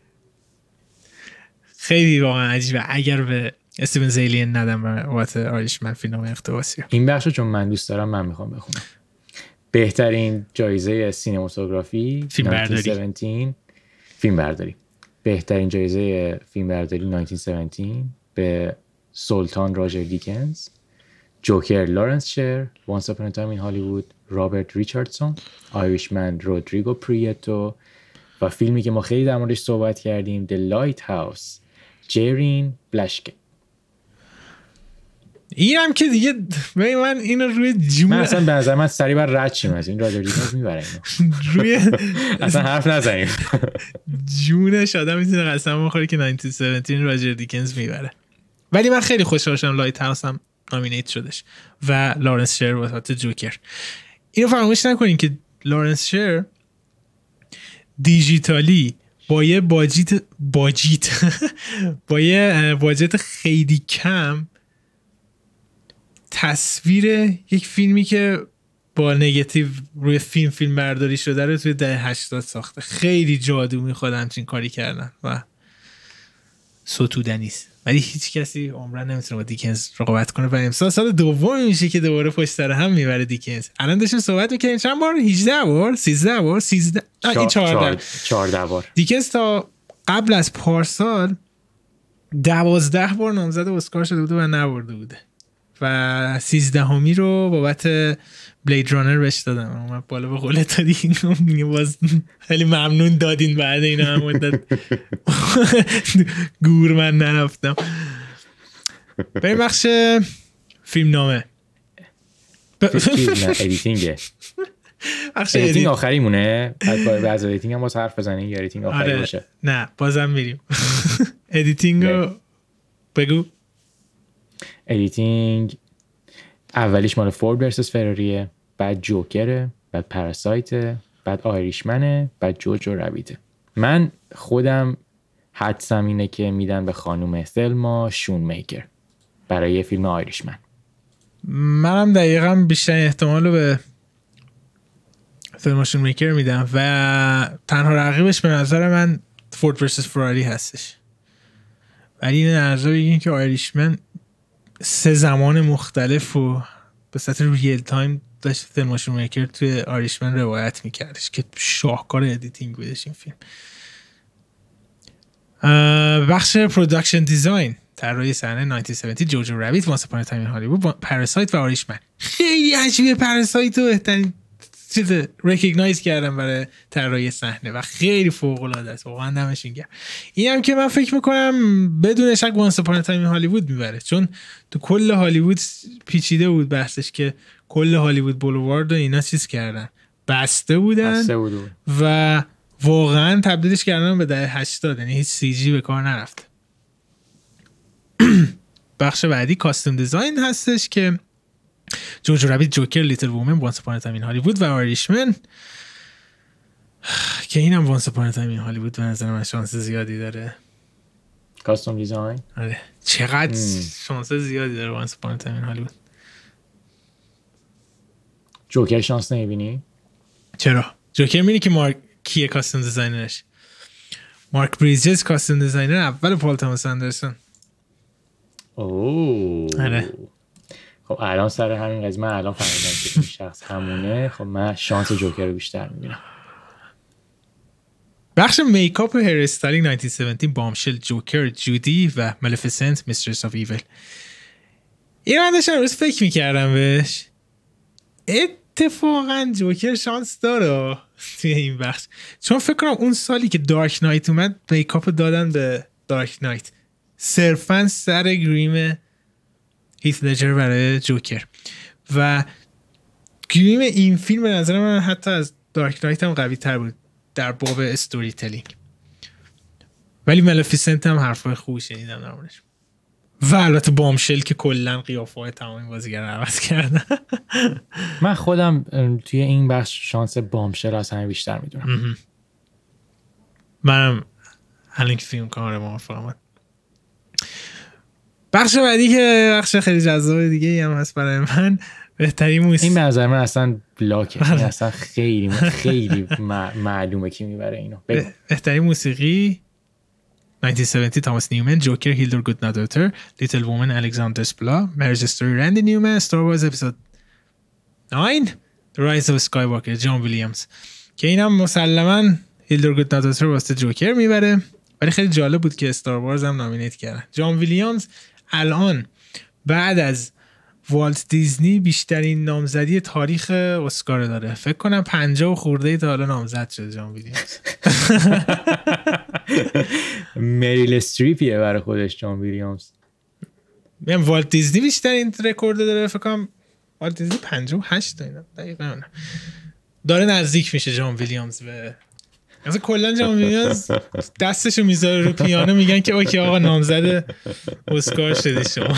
خیلی واقعا عجیبه اگر به استیون زیلیان ندم بابت آیریشمن فیلم نامه اقتباسی. این بخشو چون من دوست دارم من میخوام بخونم. بهترین جایزه سینماتوگرافی فیلم برداری فیلم برداری بهترین جایزه فیلم برداری نایزده هفده به سلطان راجر دیکنز، جوکر لارنس شر، وانس اپون ا تایم این هالیوود رابرت ریچاردسون، آیریشمن رودریگو پریتو و فیلمی که ما خیلی در موردش صحبت کردیم The Lighthouse جرین بلشکه. این هم که دیگه من این روی جون من اصلا به نظر من سریع بر رد چیم از این راجر دیکنز میبره اینو روی اصلا حرف نزنیم. جونش آدم میتونه قسم بخوره که نایزده هفده راجر دیکنز میبره. ولی من خیلی خوشحال شدم لایت هاوس هم نامینیت شدش و لارنس شر واسه جوکر. اینو فراموش نکنین که لارنس شر دیجیتالی با یه باجیت باجیت با یه باجت خیلی کم تصویر یک فیلمی که با نگاتیو روی فیلم فیلم برداری شده رو توی دهه هشتاد ساخته. خیلی جادو میخواد همچین کاری کردن و ستودنیست، ولی هیچ کسی عمرن نمیتونه با دیکنز رقابت کنه و امسال سال دوم میشه که دوباره پشت سر هم میبره دیکنز. الان داشتیم صحبت میکنیم چند بار؟ هجده بار سیزده بار سیزده این چهارده چهارده بار. دیکنز تا قبل از پارسال دوازده بار نامزد اسکار شده بوده و نبرده بوده و سیزدهمی رو بابت بلید رانر بهش دادم. اومد بالا به قول تا دیگه باز خیلی ممنون دادین بعد این هم مدت گور من نرفتم. بریم بخش فیلم نامه. چیز نه ادیتینگه. ادیتینگ آخری مونه. بعد از ادیتینگ هم باز حرف بزنیم یا ادیتینگ آخری آره. باشه؟ نه بازم میریم. ادیتینگو بگو. ادیتینگ اولیش مال فورد ورسس فراریه، بعد جوکره، بعد پاراسایت، بعد آیریشمنه، بعد جوجو رابیته. من خودم حدسم اینه که میدن به خانم ثلما شون میکر برای فیلم آیریشمن. منم دقیقاً بیشتر احتمالو به ثلما شون میکر میدم و تنها رقیبش به نظر من فورد ورسس فراری هستش. ولی این نظر بگیم که آیریشمن سه زمان مختلف و به صورت ریل تایم داشت ثلما شون میکر توی آیریشمن روایت میکردش که شاهکار ادیتینگ بودش این فیلم. بخش پروداکشن دیزاین طراحی صحنه نایزده هفتاد جوجو رابیت، وانس اپون ا تایم این هالیوود، پاراسایت و آیریشمن. خیلی عجیبه پاراسایت رو بهترین چیز ریکگنایز کردم برای طراحی صحنه و خیلی فوق العاده است، واقعا دمشون گرم. این هم که من فکر میکنم بدون شک وانس اپون ا تایم این هالیوود میبره، چون تو کل هالیوود پیچیده بود بحثش که کل هالیوود بولوارد و اینا چیز کردن، بسته بودن بسته بود. و واقعا تبدیلش کردن به دهه هشتاد، یعنی هیچ سی جی به کار نرفت. بخش بعدی کاستوم دیزاین هستش که جوجو رابیت، جوکر، لیتل وومن، وانس اپون ا تایم این هالیوود و آیریشمن که اینم وانس اپون ا تایم این هالیوود به نظر من شانس زیادی داره. کاستوم دیزاین آره چقدر شانس زیادی داره وانس اپون ا تایم این هالیوود. جوکر شانس نمیبینی؟ چرا؟ جوکر میبینی که مارک کیه کاستوم دیزاینرش؟ مارک بریجز کاستوم دیزاینر اول پال توماس اندرسون. اوه آره. خب الان سر همین قضیه من الان فهمیدم که این شخص همونه. خب من شانس جوکر رو بیشتر میبینم. بخش میکاپ و هیر استایلینگ نایزده هفتاد بامشل، جوکر، جودی و ملیفیسنت میسترس آف ایول. این من داشتم روز فکر میکردم بهش، اتفاقا جوکر شانس داره توی این بخش، چون فکر کنم اون سالی که دارک نایت اومد میکاپ دادن به دارک نایت صرفا سر گریم هیث لجر برای جوکر و گریم این فیلم به نظر من حتی از دارک نایت هم قوی تر بود در باب استوری تلینگ. ولی ملیفیسنت هم حرفای خوبی شنیدم در موردش و البته بامشل که کلا قیافه های تمام بازیگر رو عوض کردن. من خودم توی این بخش شانس بامشل از همه بیشتر میدونم. منم الان که فیلم کامره موافقم. بخش بعدی که بخش خیلی جذاب دیگه هم هست برای من، بهترین موسیقی. این به نظر من اصلا بلاکه، این اصلا خیلی خیلی معلومه کی میبره اینو. بهترین موسیقی نایزده هفتاد تاماس نیومن، جوکر هیلدر گودنادوتر، لیتل وومن الکساندر سپلا، مریج استوری رندی نیومن، استار وارز اپیزود نه The Rise of Skywalker جان ویلیامز که اینم مسلما هیلدر گودنادوتر واسه جوکر میبره. ولی خیلی جالب بود که استار وارز هم نامینیت کردن. جان ویلیامز الان بعد از والت دیزنی بیشترین نامزدی تاریخ اسکار داره، فکر کنم پنجاه و خورده ای تا حالا نامزد شده جان ویلیامز. مریل استریپیه برای خودش جان ویلیامز. میگم والت دیزنی بیشترین رکورد داره، فکر کنم والت دیزنی پنجاه و هشت تا اینا دقیقاً داره نزدیک میشه جان ویلیامز به اصلا کلا جان ویلیامز دستشو میذاره رو پیانو میگن که اوکی آقا نامزد اسکار شده شما.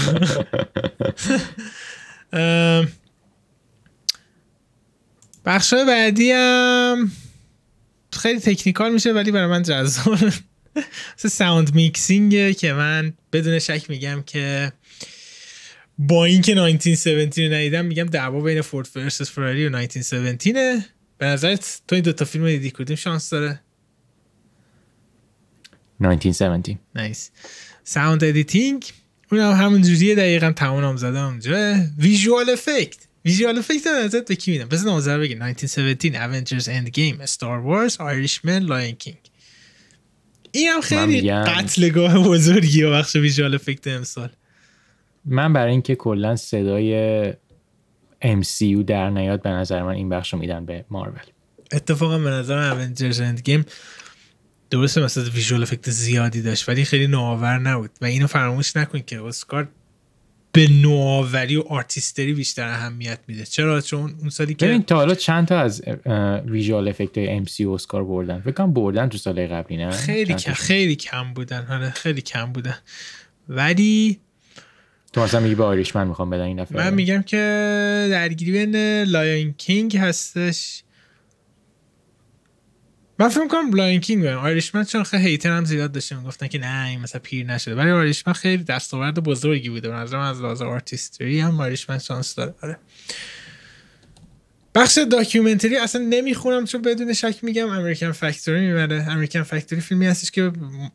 بخشای بعدی هم خیلی تکنیکال میشه ولی برای من جذاب. مثل ساوند میکسینگ که من بدون شک میگم که با اینکه نایزده هفتاد رو ندیدم میگم دعوا بین فورد ورسس فراری و نایزده هفتاد. به نظرت تو این دوتا فیلم رو دیدی کدوم شانس داره؟ نایزده هفتاد. نایس. ساوند ادیتینگ اون هم همون جوریه دقیقاً تمام نامزده اونجا. ویژوال افکت ویژوال افکت رو نظرت به کی میدم؟ بذار نامزده بگی. نایزده هفتاد اونجرز اند گیم، استار وارز، آیریشمن، لاین کینگ. این هم خیلی قتلگاه بزرگیه بخش ویژوال افکت امسال. من برای اینکه کلا صدای ام سی یو در نیاد به نظر من این بخش رو میدن به مارول. اتفاقا به نظر من اونجرز اند گیم درسته مثلا ویژوال افکت زیادی داشت ولی خیلی نوآور نبود و اینو فراموش نکن که اسکار به نوآوری و آرتیستری بیشتر اهمیت میده. چرا؟ چون اون سالی که ببین تا حالا چند تا از ویژوال افکت های ام سی او اسکار بردن، فکر کنم بردن تو سال قبلی، نه؟ خیلی کم خیلی کم بودن. آره خیلی کم بودن. ولی تو مثلا میگی به آیریشمن میخوام بدن این دفعه؟ من میگم که درگیری بین لایون کینگ هستش. من فکر می‌کنم لایون کینگ و آیریشمن چون خیلی هیتر هم زیاد داشتن میگفتن که نه این مثلا پیر نشده، ولی آیریشمن خیلی دستاورد بزرگی بوده. به نظرم از لحاظ آرتیستری هم آیریشمن شانس داره. آره. بخش داکیومنتری اصلا نمیخونم چون بدون شک میگم امریکن فکتوری میبره. امریکن فکتوری فیلمی هستش که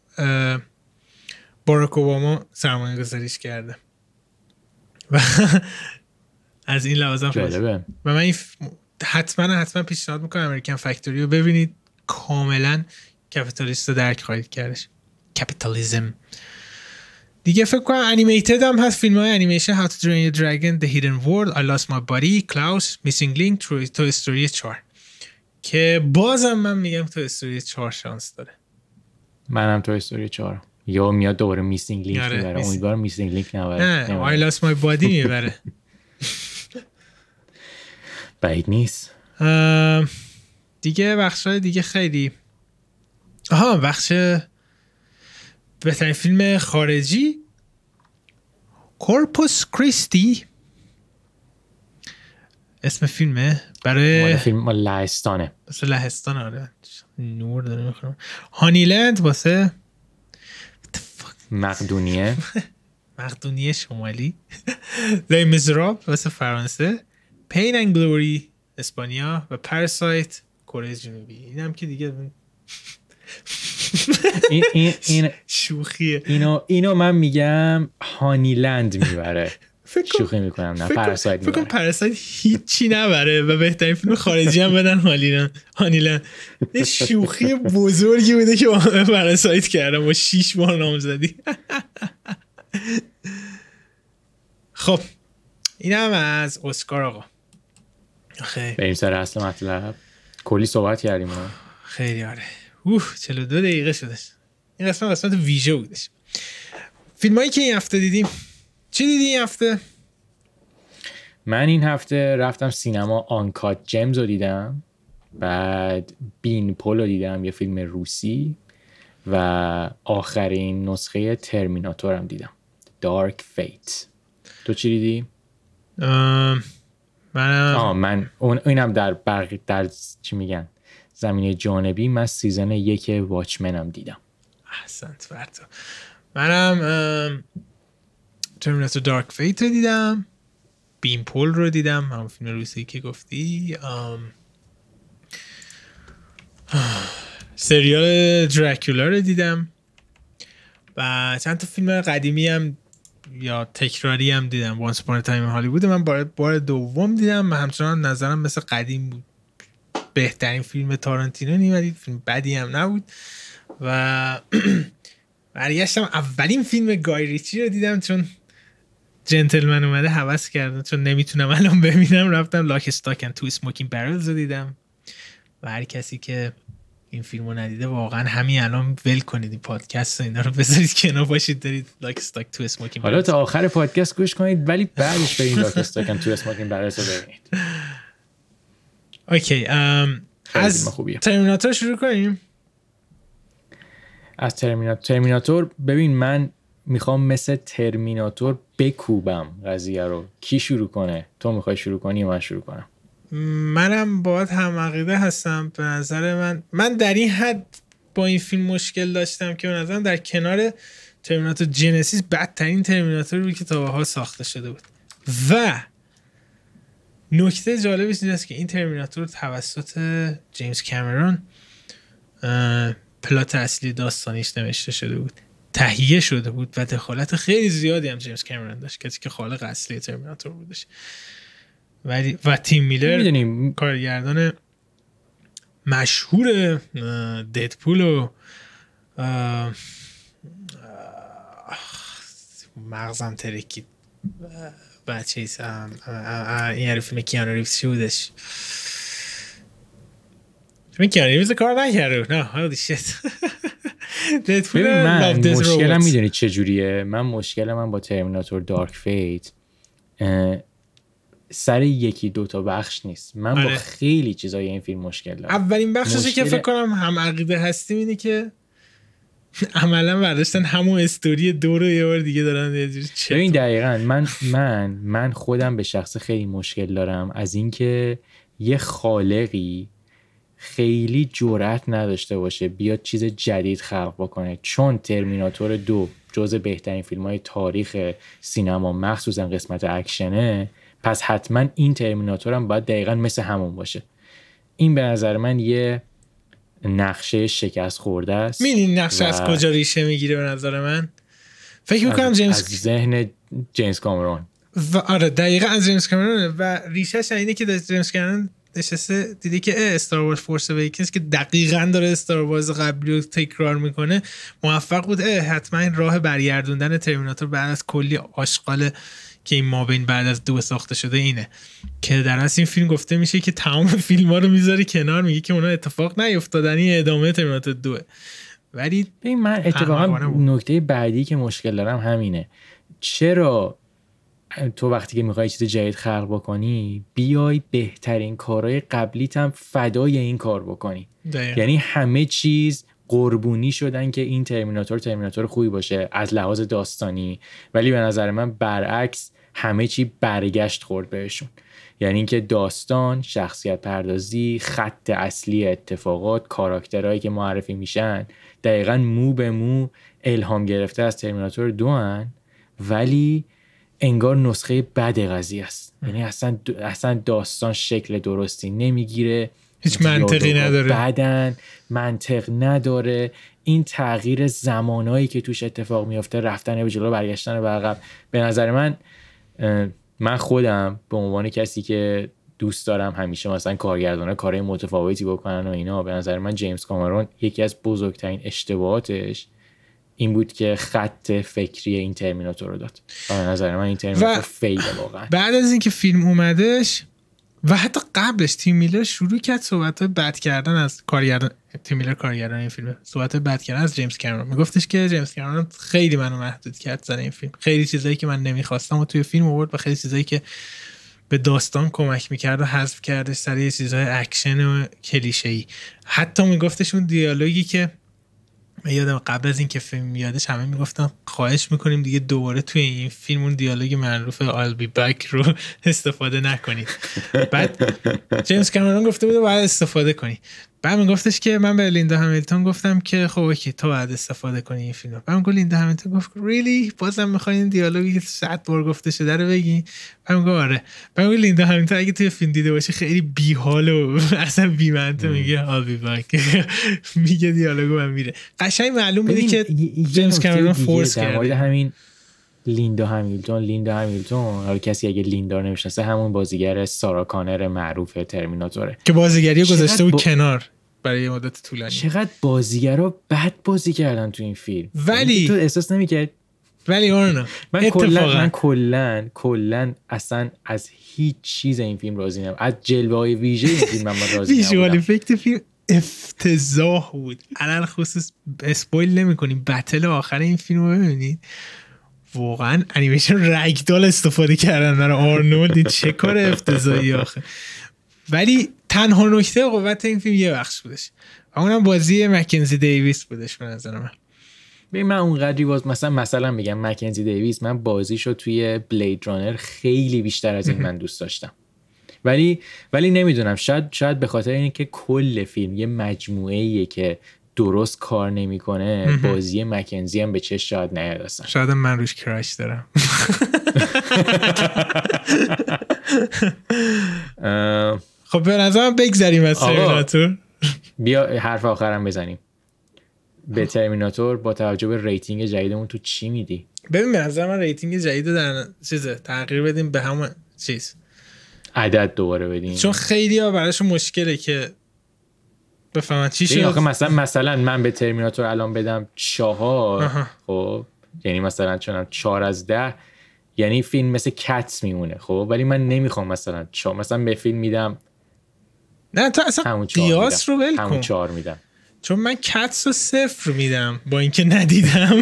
باراک اوباما سرمایه گذاریش کرده و از این لحاظ جالبه و من این حتما حتما پیشنهاد میکنم امریکن فکتوری رو ببینید. کاملا کپیتالیست رو درک خواهید کردش. کپیتالیسم دیگه. فکر کنم انیمیتد هم هست، فیلم های انیمیشن How to Train Your Dragon, The Hidden World, I Lost My Body, Klaus, Missing Link, توی استوری چهار که بازم من میگم توی استوری چهار شانس داره. منم توی استوری چهار یا میاد دوباره میسینگ لینک میبره. امیدوارم میسینگ لینک نبره. نه I Lost My Body میبره. بعید نیست. دیگه بخشای دیگه خیلی آها بخش بهترین فیلم خارجی کورپوس کریستی اسم فیلمه برای مال فیلم مال لهستانه. واسه لهستان. آره نور داره میخونم. هانیلند واسه مقدونیه مقدونیه شمالی. لی میزراب واسه فرانسه. پین اند گلوری اسپانیا و پاراسایت کره جنوبی. اینم که دیگه این این این شوخیه. اینو اینو من میگم هانیلند میبره. شوخی میکنم. نه پاراسایت میبره. فکر کنم پاراسایت هیچی نبره و بهترین فیلم خارجی هم بدن هانیلند. هانیلند یه شوخی بزرگی بوده که پاراسایت کردم و شیش بار نامزدی. خب اینم از اسکار آقا. خیلی بریم سر اصل مطلب. کلی صحبت کردیم. خیلی آره. اوه چهل و دو دقیقه شدش. این قسمت قسمت ویژه بودش. فیلم هایی که این هفته دیدیم. چی دیدی این هفته؟ من این هفته رفتم سینما آنکات جیمز رو دیدم. بعد بین پول رو دیدم، یه فیلم روسی. و آخرین نسخه ترمیناتور هم دیدم، دارک فیت. تو چی دیدی؟ ام... من آه من اون اینم در برق در چی میگن زمینه جانبی. من سیزن یک واچمنم دیدم. احسنت برتا. منم ترمیناتور دارک فیت رو دیدم. بین پول رو دیدم، هم فیلم روسی که گفتی. ام... سریال دراکولا رو دیدم و چند تا فیلم قدیمی هم یا تکراری هم دیدم. وانس اپون ا تایم هالیوود من بار بار دوم دیدم و همچنان نظرم مثل قدیم بود. بهترین فیلم تارانتینو نی ولی فیلم بدی هم نبود. و برگشتم اولین فیلم گای ریچی رو دیدم چون جنتلمن اومده هوس کردم، چون نمیتونم الان ببینم. رفتم لاک استاک اند تو اسموکینگ بارلز رو دیدم و هر کسی که این فیلمو ندیده واقعا همین الان ول کنید این پادکست و اینا رو بذارید کنار، باشید دارید لاک استاک تو اسموکینگ بارلز. حالا تا آخر پادکست گوش کنید ولی بعدش برید لاک استاک اند تو اسموکینگ بارلز رو ببینید. اوکی ام از ترمیناتور شروع کنیم. از ترمیناتور ترمیناتور ببین من میخوام مثل ترمیناتور بکوبم قضیه رو. کی شروع کنه؟ تو میخوای شروع کنی یا من شروع کنم؟ منم باهات هم عقیده هستم. به نظر من من در این حد با این فیلم مشکل داشتم که به نظرم در کنار ترمیناتور جنسیس بدترین ترمیناتور بود که تا به‌حال ساخته شده بود. و نکته جالبش این است که این ترمیناتور توسط جیمز کامرون پلات اصلی داستانیش نوشته شده بود، تهیه شده بود و دخالت خیلی زیادی هم جیمز کامرون داشت، کسی که خالق اصلی ترمیناتور بودش. ولی و تیم میلر میدونیم کارگردان مشهور ددپول و مغزم ترکید بچه ایسا این یعنی فیلم کیانو ریوز چی بودش؟ فیلم کیانو ریوز کار نکرده. نه هالی شت ددپول من مشکلم میدونی چه جوریه؟ من مشکلم من با ترمیناتور دارک فیت سر یکی دوتا بخش نیست. من آره. با خیلی چیزای این فیلم مشکل دارم. اولین بخشش مشکل... که فکر کنم هم عقیده هستیم اینه که عملا برداشتن همون استوری دو رو یه بار دیگه دارن یه جوری چه. این دقیقاً من من من خودم به شخص خیلی مشکل دارم از اینکه یه خالقی خیلی جرأت نداشته باشه بیاد چیز جدید خلق بکنه، چون ترمیناتور دو جزو بهترین فیلم‌های تاریخ سینما مخصوصا قسمت اکشنه، پس حتما این ترمیناتور هم باید دقیقاً مثل همون باشه. این به نظر من یه نقشه شکست خورده است. می‌بینی نقشه از کجا ریشه میگیره؟ به نظر من فکر می‌کنم جیمز از ذهن جیمز کامرون و آره دقیقاً از جیمز کامرون و ریشه‌ش اینه که جیمز کامرون نشسته دیدی که استار وارز فورس اویکنز که دقیقاً داره استار وارز قبلی رو تکرار میکنه، موفق بود حتما این راه برگردوندن ترمیناتور بعد از کلی آشغال که این مابین بعد از دو ساخته شده اینه که در اصل این فیلم گفته میشه که تمام فیلم ها رو میذاری کنار، میگه که اونا اتفاق نیفتادن، این ادامه ترمیناتور دوه. ولی ببین من اتفاقا نکته بعدی که مشکل دارم همینه، چرا تو وقتی که میخوای چیز جدید خلق بکنی بیای بهترین کارهای قبلیت هم فدای این کار بکنی؟ داید. یعنی همه چیز قربونی شدن که این ترمیناتور ترمیناتور خوبی باشه از لحاظ داستانی، ولی به نظر من برعکس همه چی برگشت خورد بهشون. یعنی اینکه داستان، شخصیت پردازی، خط اصلی اتفاقات، کاراکترهایی که معرفی میشن دقیقاً مو به مو الهام گرفته از ترمیناتور دو هن، ولی انگار نسخه بد قضیه است. یعنی اصلا اصلا داستان شکل درستی نمیگیره، هیچ منطقی نداره، بعدن منطق نداره. این تغییر زمانایی که توش اتفاق میفته، رفتن به جلو برگشتن به عقب، به نظر من من خودم به عنوان کسی که دوست دارم همیشه مثلا کارگردانا کارهای متفاوتی بکنن و اینا، به نظر من جیمز کامرون یکی از بزرگترین اشتباهاتش این بود که خط فکری این ترمیناتور رو داد. به نظر من این ترمیناتور فیله واقعا. بعد از اینکه فیلم اومدش و حتی قبلش تیم میلر شروع کرد صحبت‌های بد کردن از کارگردان، تیم میلر کارگردان این فیلم، صحبت‌های بد کردن از جیمز کامرون. میگفتش که جیمز کامرون خیلی منو محدود کرد سر این فیلم، خیلی چیزایی که من نمیخواستم و توی فیلم آورد و خیلی چیزایی که به داستان کمک میکرد و حذف کردش سر یه چیزهای اکشن و کلیشه‌ای. حتی میگفتش اون دیالوگی که یادم قبل از این که فیلم یادش همه میگفتن خواهش میکنیم دیگه دوباره توی این فیلم اون دیالوگ معروف I'll be back رو استفاده نکنید. بعد جیمز کامرون گفته بود باید استفاده کنی. بعد میگفتش که من به لیندا همیلتون گفتم که خب اوکی تو باید استفاده کنی این فیلم. بعد میگه لیندا همیلتون گفت ریلی بازم میخواین این دیالوگی که صد بار گفته شده رو بگی؟ بعد میگه آره. بعد میگه لیندا همیلتون اگه توی فیلم دیده باشه خیلی بی‌حال و اصلا بی‌منطق میگه I'll be back میگه دیالوگو من میره. قشنگ معلوم میشه که جیمز کامرون فورس کرده. در مورد همین لیندا همیلتون لیندا همیلتون حالا کسی اگه لیندا رو نمیشناسه همون بازیگر سارا کانر معروف ترمیناتوره که بازیگری گذاشته بود با... کنار برای مدت طولانی. چقدر بازیگرا بد بازی کردن تو این فیلم، ولی تو احساس نمی‌کرد؟ ولی آره من کلا من کلا کلا اصلا از هیچ چیز این فیلم راضی نمیشم. از جلوه‌های ویژه این فیلم من راضی نمیشم. ویژوال افکت فیلم افتضاح بود. علل خصوص اسپویل نمی‌کنیم، بتل آخر این فیلم رو ببینید. واقعا انیمیشن رگدال استفاده کردن برای آرنولد، چه کار افتضاحی آخه. ولی تنها نکته قوت این فیلم یه بخش بودش و اونم بازی مکنزی دیویس بودش به نظر من. ببین من اونقدری باز مثلا مثلا میگم مکنزی دیویس من بازیشو توی بلید رانر خیلی بیشتر از این من دوست داشتم، ولی ولی نمیدونم شاید شاید به خاطر اینه که کل فیلم یه مجموعه‌ایه که درست کار نمیکنه، بازی مکنزی هم به چش شاید نیاد اصلا. شاید من روش کراش دارم. خب به نظرم بگذاریم از ترمیناتور. بیا حرف آخرم بزنیم. به ترمیناتور با توجه به ریتینگ جدیدمون تو چی میدی؟ ببین به نظر من ریتینگ جدید در چیزه تغییر بدیم به همون چیز عدد دوباره بدیم، چون خیلی ها براشون مشکله که بفهمن چی شد. آخه مثلا مثلا من به ترمیناتور الان بدم چهار، خب یعنی مثلا چون چهار از ده یعنی فیلم مثل کتس میمونه، خب ولی من نمیخوام مثلا چهار، مثلا به فیلم میدم نه تو اصلا قیاس رو ول کن، همون چهار میدم. چون من کتس رو صفر میدم با اینکه ندیدم.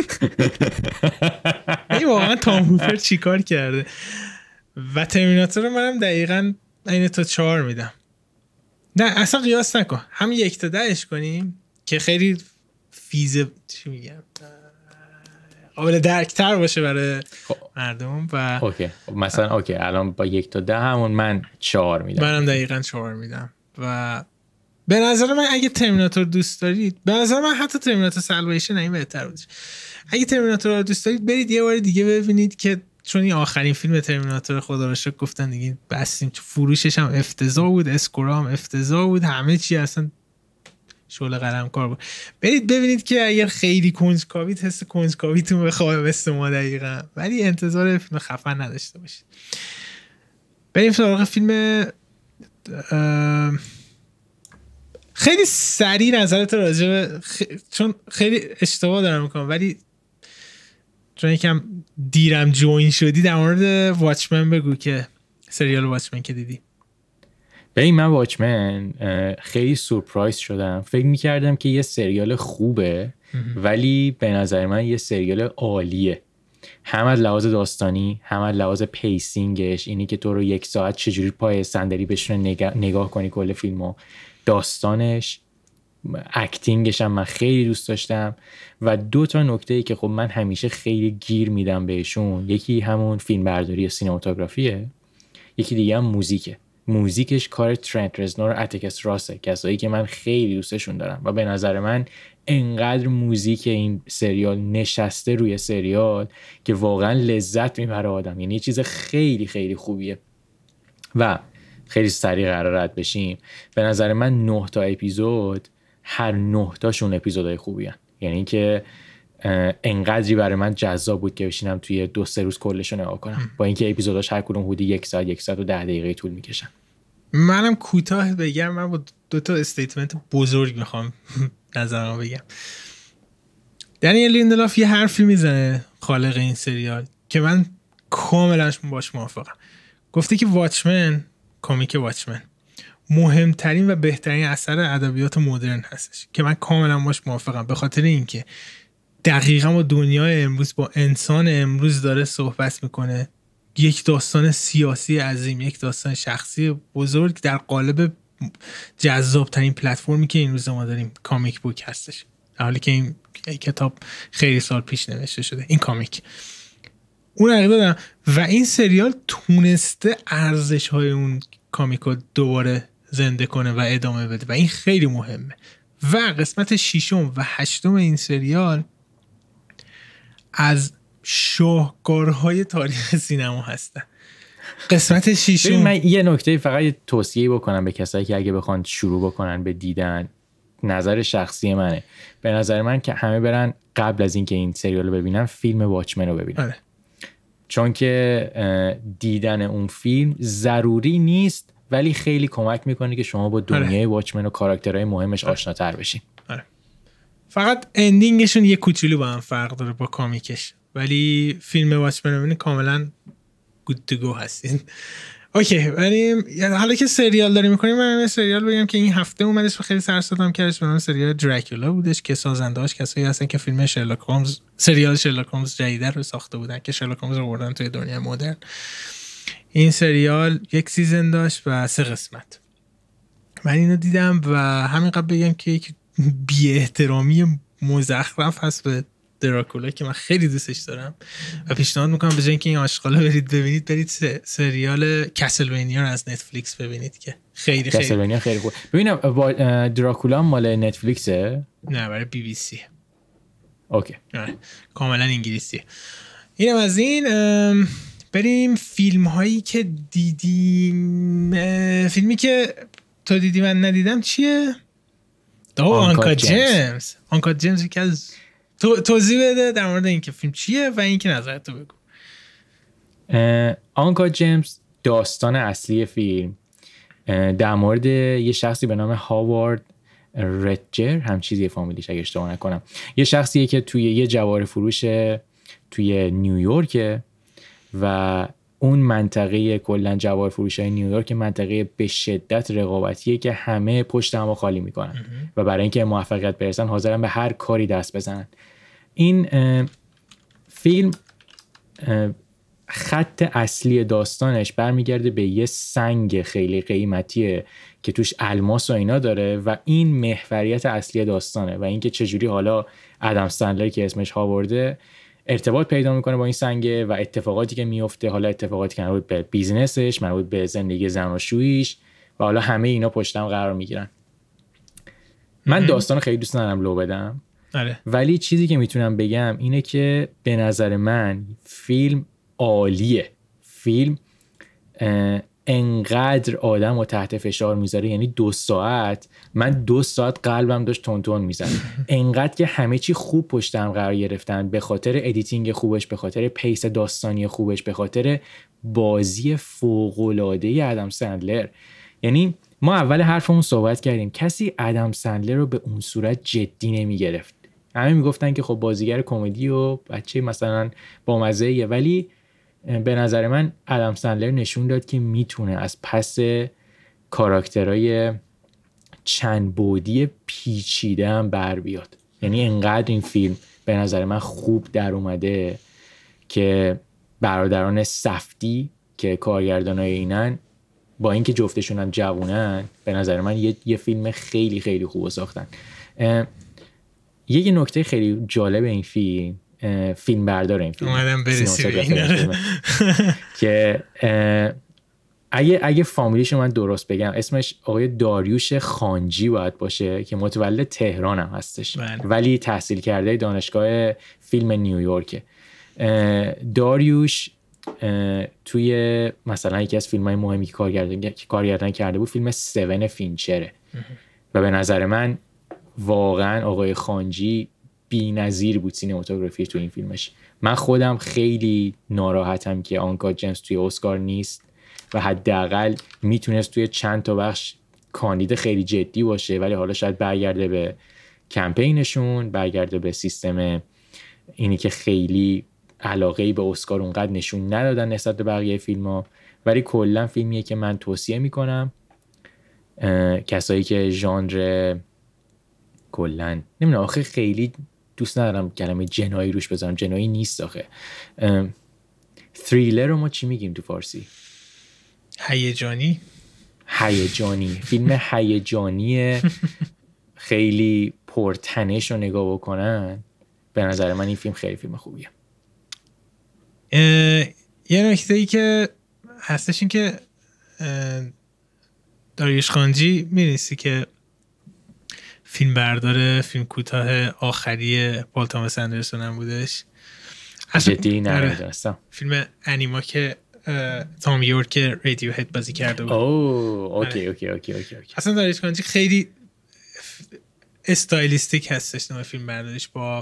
این واقعا تام هوپر چیکار کرده. و ترمیناتور رو منم دقیقاً این تا چهار میدم. نه اصلا قیاس نکن، هم یک تا دهش کنیم که خیلی فیزه چی میگم قابل درکتر باشه برای مردم. و اوکی مثلا اوکی الان با یک تا ده همون من چهار میدم. منم دقیقاً چهار میدم. و به نظر من اگه ترمیناتور دوست دارید، به نظر من حتی ترمیناتور سالویشن این بهتر بود. اگه ترمیناتور رو دوست دارید برید یه بار دیگه ببینید، که چون این آخرین فیلم ترمیناتور خدا رو شکر گفتن دیگه بستیم، فروشش هم افتضاح بود، اسکور هم افتضاح بود، همه چی اصلا شغل قلمکار بود. برید ببینید که اگر خیلی کنجکاوید، حس کنجکاویتون بخواه مثل ما دقیقاً، ولی انتظار فیلم خفن نداشته باشید. بریم سراغ فیلم. خیلی سریع نظرت راجع به خ... چون خیلی اشتباه دارم میکنم، ولی چون یکم دیرم جوین شدی در مورد واچمن بگو، که سریال واچمن که دیدی. ببین من واچمن خیلی سورپرایز شدم. فکر میکردم که یه سریال خوبه ولی به نظر من یه سریال عالیه، هم از لحاظ داستانی هم از لحاظ پیسینگش، اینی که تو رو یک ساعت چجوری پای صندلی بشونه نگاه, نگاه کنی کل فیلمو، داستانش، اکتینگش هم من خیلی دوست داشتم. و دو تا نکته ای که خب من همیشه خیلی گیر میدم بهشون، یکی همون فیلم برداری و سینماتوگرافیه، یکی دیگه هم موزیکه. موزیکش کار ترنت رزنور و اتیکس راسه، کسایی که من خیلی دوستشون دارم و به نظر من انقدر موزیک این سریال نشسته روی سریال که واقعا لذت میبره آدم. یعنی چیز خیلی خیلی خوبیه. و خیلی سریع قرار رد بشیم، به نظر من نه تا اپیزود، هر نه تاشون اپیزودهای خوبی هن. یعنی که انقدری برای من جذاب بود که بشینم توی دو سه روز کلشو نگاه کنم، با اینکه اپیزوداش هر کدوم حدود یک ساعت یک ساعت و ده دقیقه طول میکشن. منم کوتاه بگم، من با دو تا استیتمنت بزرگ میخوام نظرمو بگم. دنیل لیندلاف یه حرفی میزنه، خالق این سریال، که من کاملا باش موافقم. گفته که واچمن، کامیک واچمن مهمترین و بهترین اثر ادبیات مدرن هستش، که من کاملا باش موافقم. به خاطر اینکه دقیقاً با دنیای امروز، با انسان امروز داره صحبت میکنه. یک داستان سیاسی عظیم، یک داستان شخصی بزرگ در قالب جذابترین پلتفرمی که این روزا ما داریم کامیک بوک هستش، در حالی که این کتاب خیلی سال پیش نوشته شده. این کامیک اون عقیده دارم و این سریال تونسته ارزش‌های اون کامیکو دوباره زنده کنه و ادامه بده و این خیلی مهمه. و قسمت ششم و هشتم این سریال از شاهکارهای تاریخ سینما هستن. قسمت ششم، من یه نکته فقط یه توصیه بکنم به کسایی که اگه بخوان شروع بکنن به دیدن، نظر شخصی منه، به نظر من که همه برن قبل از اینکه این سریال رو ببینن فیلم واچمن رو ببینن. آره. چون که دیدن اون فیلم ضروری نیست ولی خیلی کمک میکنه که شما با دنیای آره. واچمن و کاراکترهای مهمش آره. آشناتر بشین. آره. فقط اندینگشون یه کوچولو با هم فرق داره با کامیکش، ولی فیلم واچمن رو ببینید کاملا گود تو گو هستین. اوکی، بریم. حالا که سریال داریم میکنیم، من سریال بگم که این هفته اومدش و خیلی سر صدام کردش. به نام سریال دراکولا بودش که سازنده‌اش کسایی هستن که فیلم شرلاک هولمز، سریال شرلاک هولمز جدید رو ساخته بودن که شرلاک هولمز رو بردن توی دنیای مدرن. این سریال یک سیزن داشت و سه قسمت. من اینو دیدم و همین قبل بگم که یک بی احترامی مزخرف هست به دراکولا که من خیلی دوستش دارم و پیشنهاد میکنم به جای اینکه این آشغالا برید ببینید، برید سریال کسلوینیا رو از نتفلیکس ببینید که خیلی خیلی کسلوینیا خیلی خوب. ببینم دراکولا مال نتفلیکسه؟ نه، برای بی بی سی. اوکی. آره. کاملا انگلیسیه. اینم از این. بریم فیلم هایی که دیدیم. فیلمی که تو دیدی من ندیدم چیه؟ دو آنکا جیمز. آنکا جیمز که از تو توضیح بده در مورد اینکه فیلم چیه و اینکه نظرتو بگو. آنکا جیمز داستان اصلی فیلم در مورد یه شخصی به نام هاوارد رتجر، هم چیزی فامیلیش اگه اشتباه نکنم، یه شخصیه که توی یه جواهر فروش توی نیویورک و اون منطقه کلا جواهر فروشای نیویورک منطقه به شدت رقابتیه که همه پشت هم خالی میکنن و برای اینکه موفقیت برسن حاضرن به هر کاری دست بزنن. این فیلم خط اصلی داستانش برمیگرده به یه سنگ خیلی قیمتیه که توش الماس و اینا داره و این محوریت اصلی داستانه و اینکه چجوری حالا ادم سندلر که اسمش هاورده ارتباط پیدا میکنه با این سنگه و اتفاقاتی که میفته، حالا اتفاقاتی که مربوط به بیزنسش، مربوط به زندگی زناشوییش و حالا همه اینا پشتم قرار میگیرن. من داستانو خیلی دوست ندارم لو بدم، آره. ولی چیزی که میتونم بگم اینه که به نظر من فیلم عالیه. فیلم انقدر آدم رو تحت فشار میذاره، یعنی دو ساعت من دو ساعت قلبم داشت تون تون میزد. انقدر که همه چی خوب پشت هم قرار گرفتن، به خاطر ادیتینگ خوبش، به خاطر پیس داستانی خوبش، به خاطر بازی فوق‌العاده ادم سندلر. یعنی ما اول حرفمون صحبت کردیم کسی ادم سندلر رو به اون صورت جدی نمیگرفت. همه میگفتن که خب بازیگر کمدی و بچه مثلا با مزه‌ایه، ولی به نظر من ادم سندلر نشون داد که میتونه از پس کاراکترهای چند بعدی پیچیده هم بر بیاد. یعنی انقدر این فیلم به نظر من خوب در اومده که برادران سفتی که کارگردانای اینن با اینکه جفتشون هم جوونن به نظر من یه, یه فیلم خیلی خیلی خوب ساختن. یه نکته خیلی جالب این فیلم، فیلم بردار این فیلم اومدم برسی به این که اگه اگه فامیلیشو من درست بگم اسمش آقای داریوش خانجی باید باشه که متولد تهران هم هستش بله. ولی تحصیل کرده دانشگاه فیلم نیویورک. داریوش توی مثلا یکی از فیلم‌های مهمی که کارگردان کارگردان کرده بود فیلم سون فینچره و به نظر من واقعا آقای خانجی بی‌نظیر بود سینماتوگرافی تو این فیلمش. من خودم خیلی ناراحتم که آنکا جیمز توی اسکار نیست و حداقل میتونست توی چند تا بخش کاندید خیلی جدی باشه، ولی حالا شاید برگرده به کمپینشون، برگرده به سیستم اینی که خیلی علاقه‌ای به اسکار اونقدر نشون ندادن نسبت به بقیه فیلم‌ها. ولی کلا فیلمیه که من توصیه میکنم کسایی که ژانر کلا نمیدونم آخه خیلی دوست ندارم کلمه جنایی روش بذارم، جنایی نیست آخه. تریلر رو ما چی میگیم تو فارسی؟ هیجانی. هیجانی فیلم هیجانی خیلی پرتنش رو نگاه بکنن به نظر من این فیلم خیلی فیلم خوبیه. یه نکته ای که هستش این که داریوش خانجی می‌نویسی که فیلم بردار فیلم کوتاه آخری پال تامس اندرسون هم بودش. جدی نمیدونستم. فیلم انیما که تام یورک رادیو هد بازی کرده بود. اوه اوکی اوکی اوکی اوکی. اصلا داریوش خانجی خیلی استایلیستیک هستش نوع فیلم برداریش. با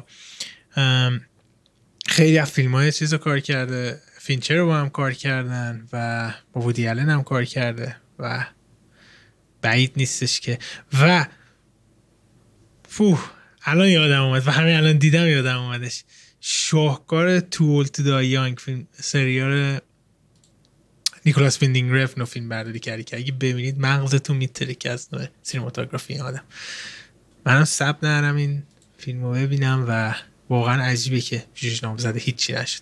خیلی از فیلم‌های چیز رو کار کرده، فینچر رو با هم کار کردن و با وودی آلن هم کار کرده و بعید نیستش که و فوه الان یادم اومد و همین الان دیدم یادم اومدش شاهکار تو اولد تو دای یانگ فیلم سریال نیکولاس ویندینگ رفن فیلم برداری کردی که اگه ببینید مغزتون میترکه از نوع سینماتوگرافی این آدم. منم صبر ندارم این فیلم رو ببینم و واقعا عجیبه که جوش نامزده هیچی نشد.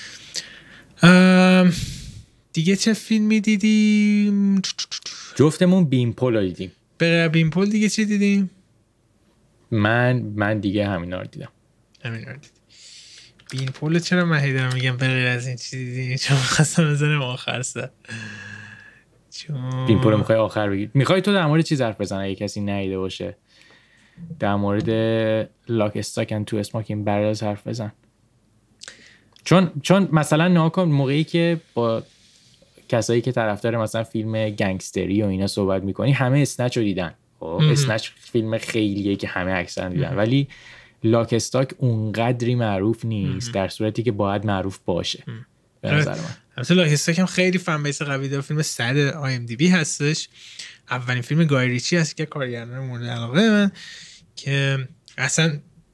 دیگه چه فیلمی دیدیم؟ جفتمون بیمپول رو دیدیم. به بیمپول دیگه چی دیدیم؟ من من دیگه همینا رو دیدم. همینا رو دیدیم. بیمپول چرا من هی دارم میگم به غیر از این چی دیدیم؟ چون خواستم بزنم آخر سر. چون بیمپول میخوای آخر بگید؟ میخوای تو در مورد چیز حرف بزنه اگه کسی ندیده باشه؟ در مورد لاک استاک اند تو اسموکینگ برلز حرف بزن. چون چون مثلا ناکن موقعی که با کسایی که طرفدار مثلا فیلم گنگستری و اینا صحبت میکنی همه اسنچ رو دیدن. خب اسنچ فیلم خیلیه که همه اکثرا دیدن، ولی لاک استاک اونقدری معروف نیست در صورتی که باید معروف باشه به نظر من. البته لاک استاک هم خیلی فن بیس قوی داره، فیلم صد آی ام دی بی هستش. اولین فیلم گای ریچی هست که کارگردان مورد علاقه من که اصلا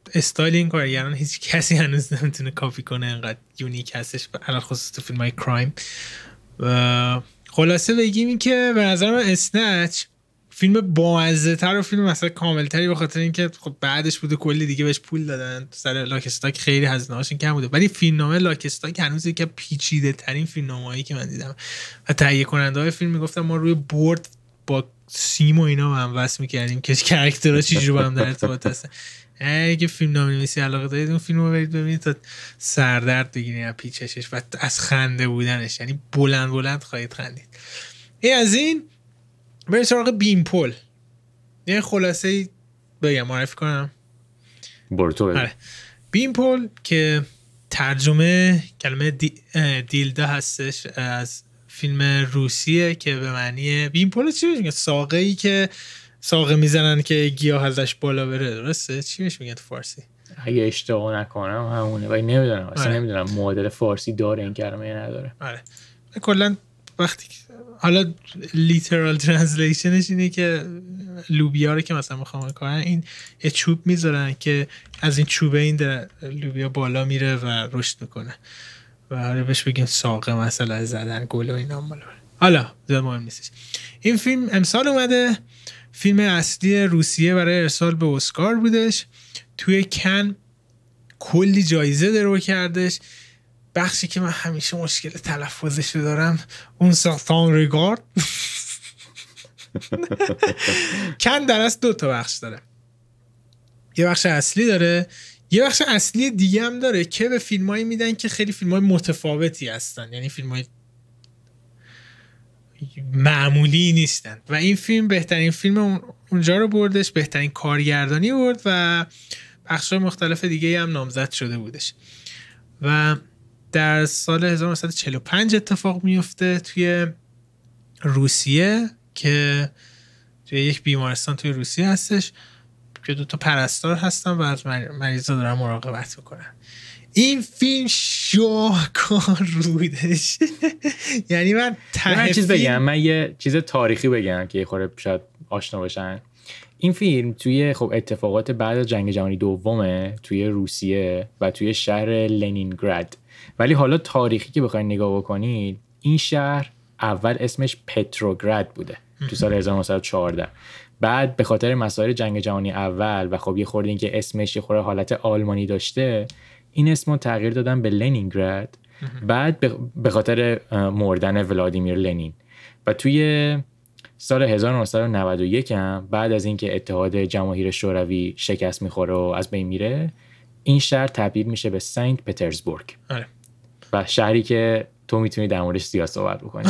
استایل این کارگران هیچ کسی هنوز نمیتونه کاپی کنه، انقدر یونیک هستش علل خصوص تو فیلم های کرایم. و خلاصه بگیم این که به نظر من اسنچ فیلم بامزه تر و فیلم مثلا کامل تری، به خاطر اینکه خب بعدش بوده کلی دیگه بهش پول دادن سر لاک استاک، خیلی هزینه‌هاش کم بوده، ولی فیلمنامه لاک استاک هنوز یکی از پیچیده ترین فیلمنامه‌ای که من دیدم و تهیه کننده های فیلم میگفتن ما روی بورد با سیم و اینا هم وصل می‌کردیم که کاراکترها چجوری با هم در ارتباط هستن. اگه فیلمنامه‌نویسی علاقه دارید اون فیلمو برید ببینید تا سردرد بگیرید از پیچشش و از خنده بودنش، یعنی بلند بلند خواهید خندید. این از این. بریم سراغ بینپل. یه خلاصه بگم معرفی کنم. برو تو بگم. بینپل که ترجمه کلمه دی، دیلده هستش از فیلم روسیه که به معنی بینپل چی میگه؟ ساقه‌ای که ساقه میزنن که گیاه ازش بالا بره، درسته؟ چی میشه میگن تو فارسی؟ اگه اشتباه نکنم همونه، ولی نمیدونم اصلا نمیدونم معادل فارسی داره این کلمه یا نداره. آره. کلا وقتی حالا لیترال ترنسلیشنش اینه که لوبیا رو که مثلا میخوام کنن این یه چوب میذارن که از این چوبه این در لوبیا بالا میره و رشد میکنه و حالا بهش بگیم ساقه مثلا زدن گل و اینا. بالا حالا زیاد مهم نیستش. این فیلم امسال اومده، فیلم اصلی روسیه برای ارسال به اسکار بودش، توی کن کلی جایزه درو کردش. بخشی که من همیشه مشکل تلفظش رو دارم اون ساختان ریگارد کن در از دو تا بخش داره، یه بخش اصلی داره، یه بخش اصلی دیگه هم داره که به فیلمایی میدن که خیلی فیلمای متفاوتی هستن، یعنی فیلمای معمولی نیستن و این فیلم بهترین فیلم اونجا رو بردش، بهترین کارگردانی برد و بخش‌های مختلف دیگه هم نامزد شده بودش. و در سال هزار و نهصد و چهل و پنج اتفاق میفته توی روسیه که توی یک بیمارستان توی روسیه هستش که دو تا پرستار هستن و از مریضا دارن مراقبت میکنن. این فیلم شاهکار بودش. یعنی من من چیز بگم، من یه چیز تاریخی بگم که خورده شاید آشنا باشن. این فیلم توی خب اتفاقات بعد از جنگ جهانی دومه توی روسیه و توی شهر لنینگراد، ولی حالا تاریخی که بخواید نگاه بکنید این شهر اول اسمش پتروگراد بوده تو سال هزار و نهصد و چهارده، بعد به خاطر مسائل جنگ جهانی اول و خب یه خورده این که اسمش یه خورده حالت آلمانی داشته این اسمو تغییر دادن به لنینگراد، بعد به خاطر مردن ولادیمیر لنین. و توی سال هزار و نهصد و نود و یک هم بعد از اینکه اتحاد جماهیر شوروی شکست میخوره و از بین میره این شهر تبدیل میشه به سنت پترزبورگ. آره. و شهری که تو میتونی در موردش زیاد صحبت بکنی.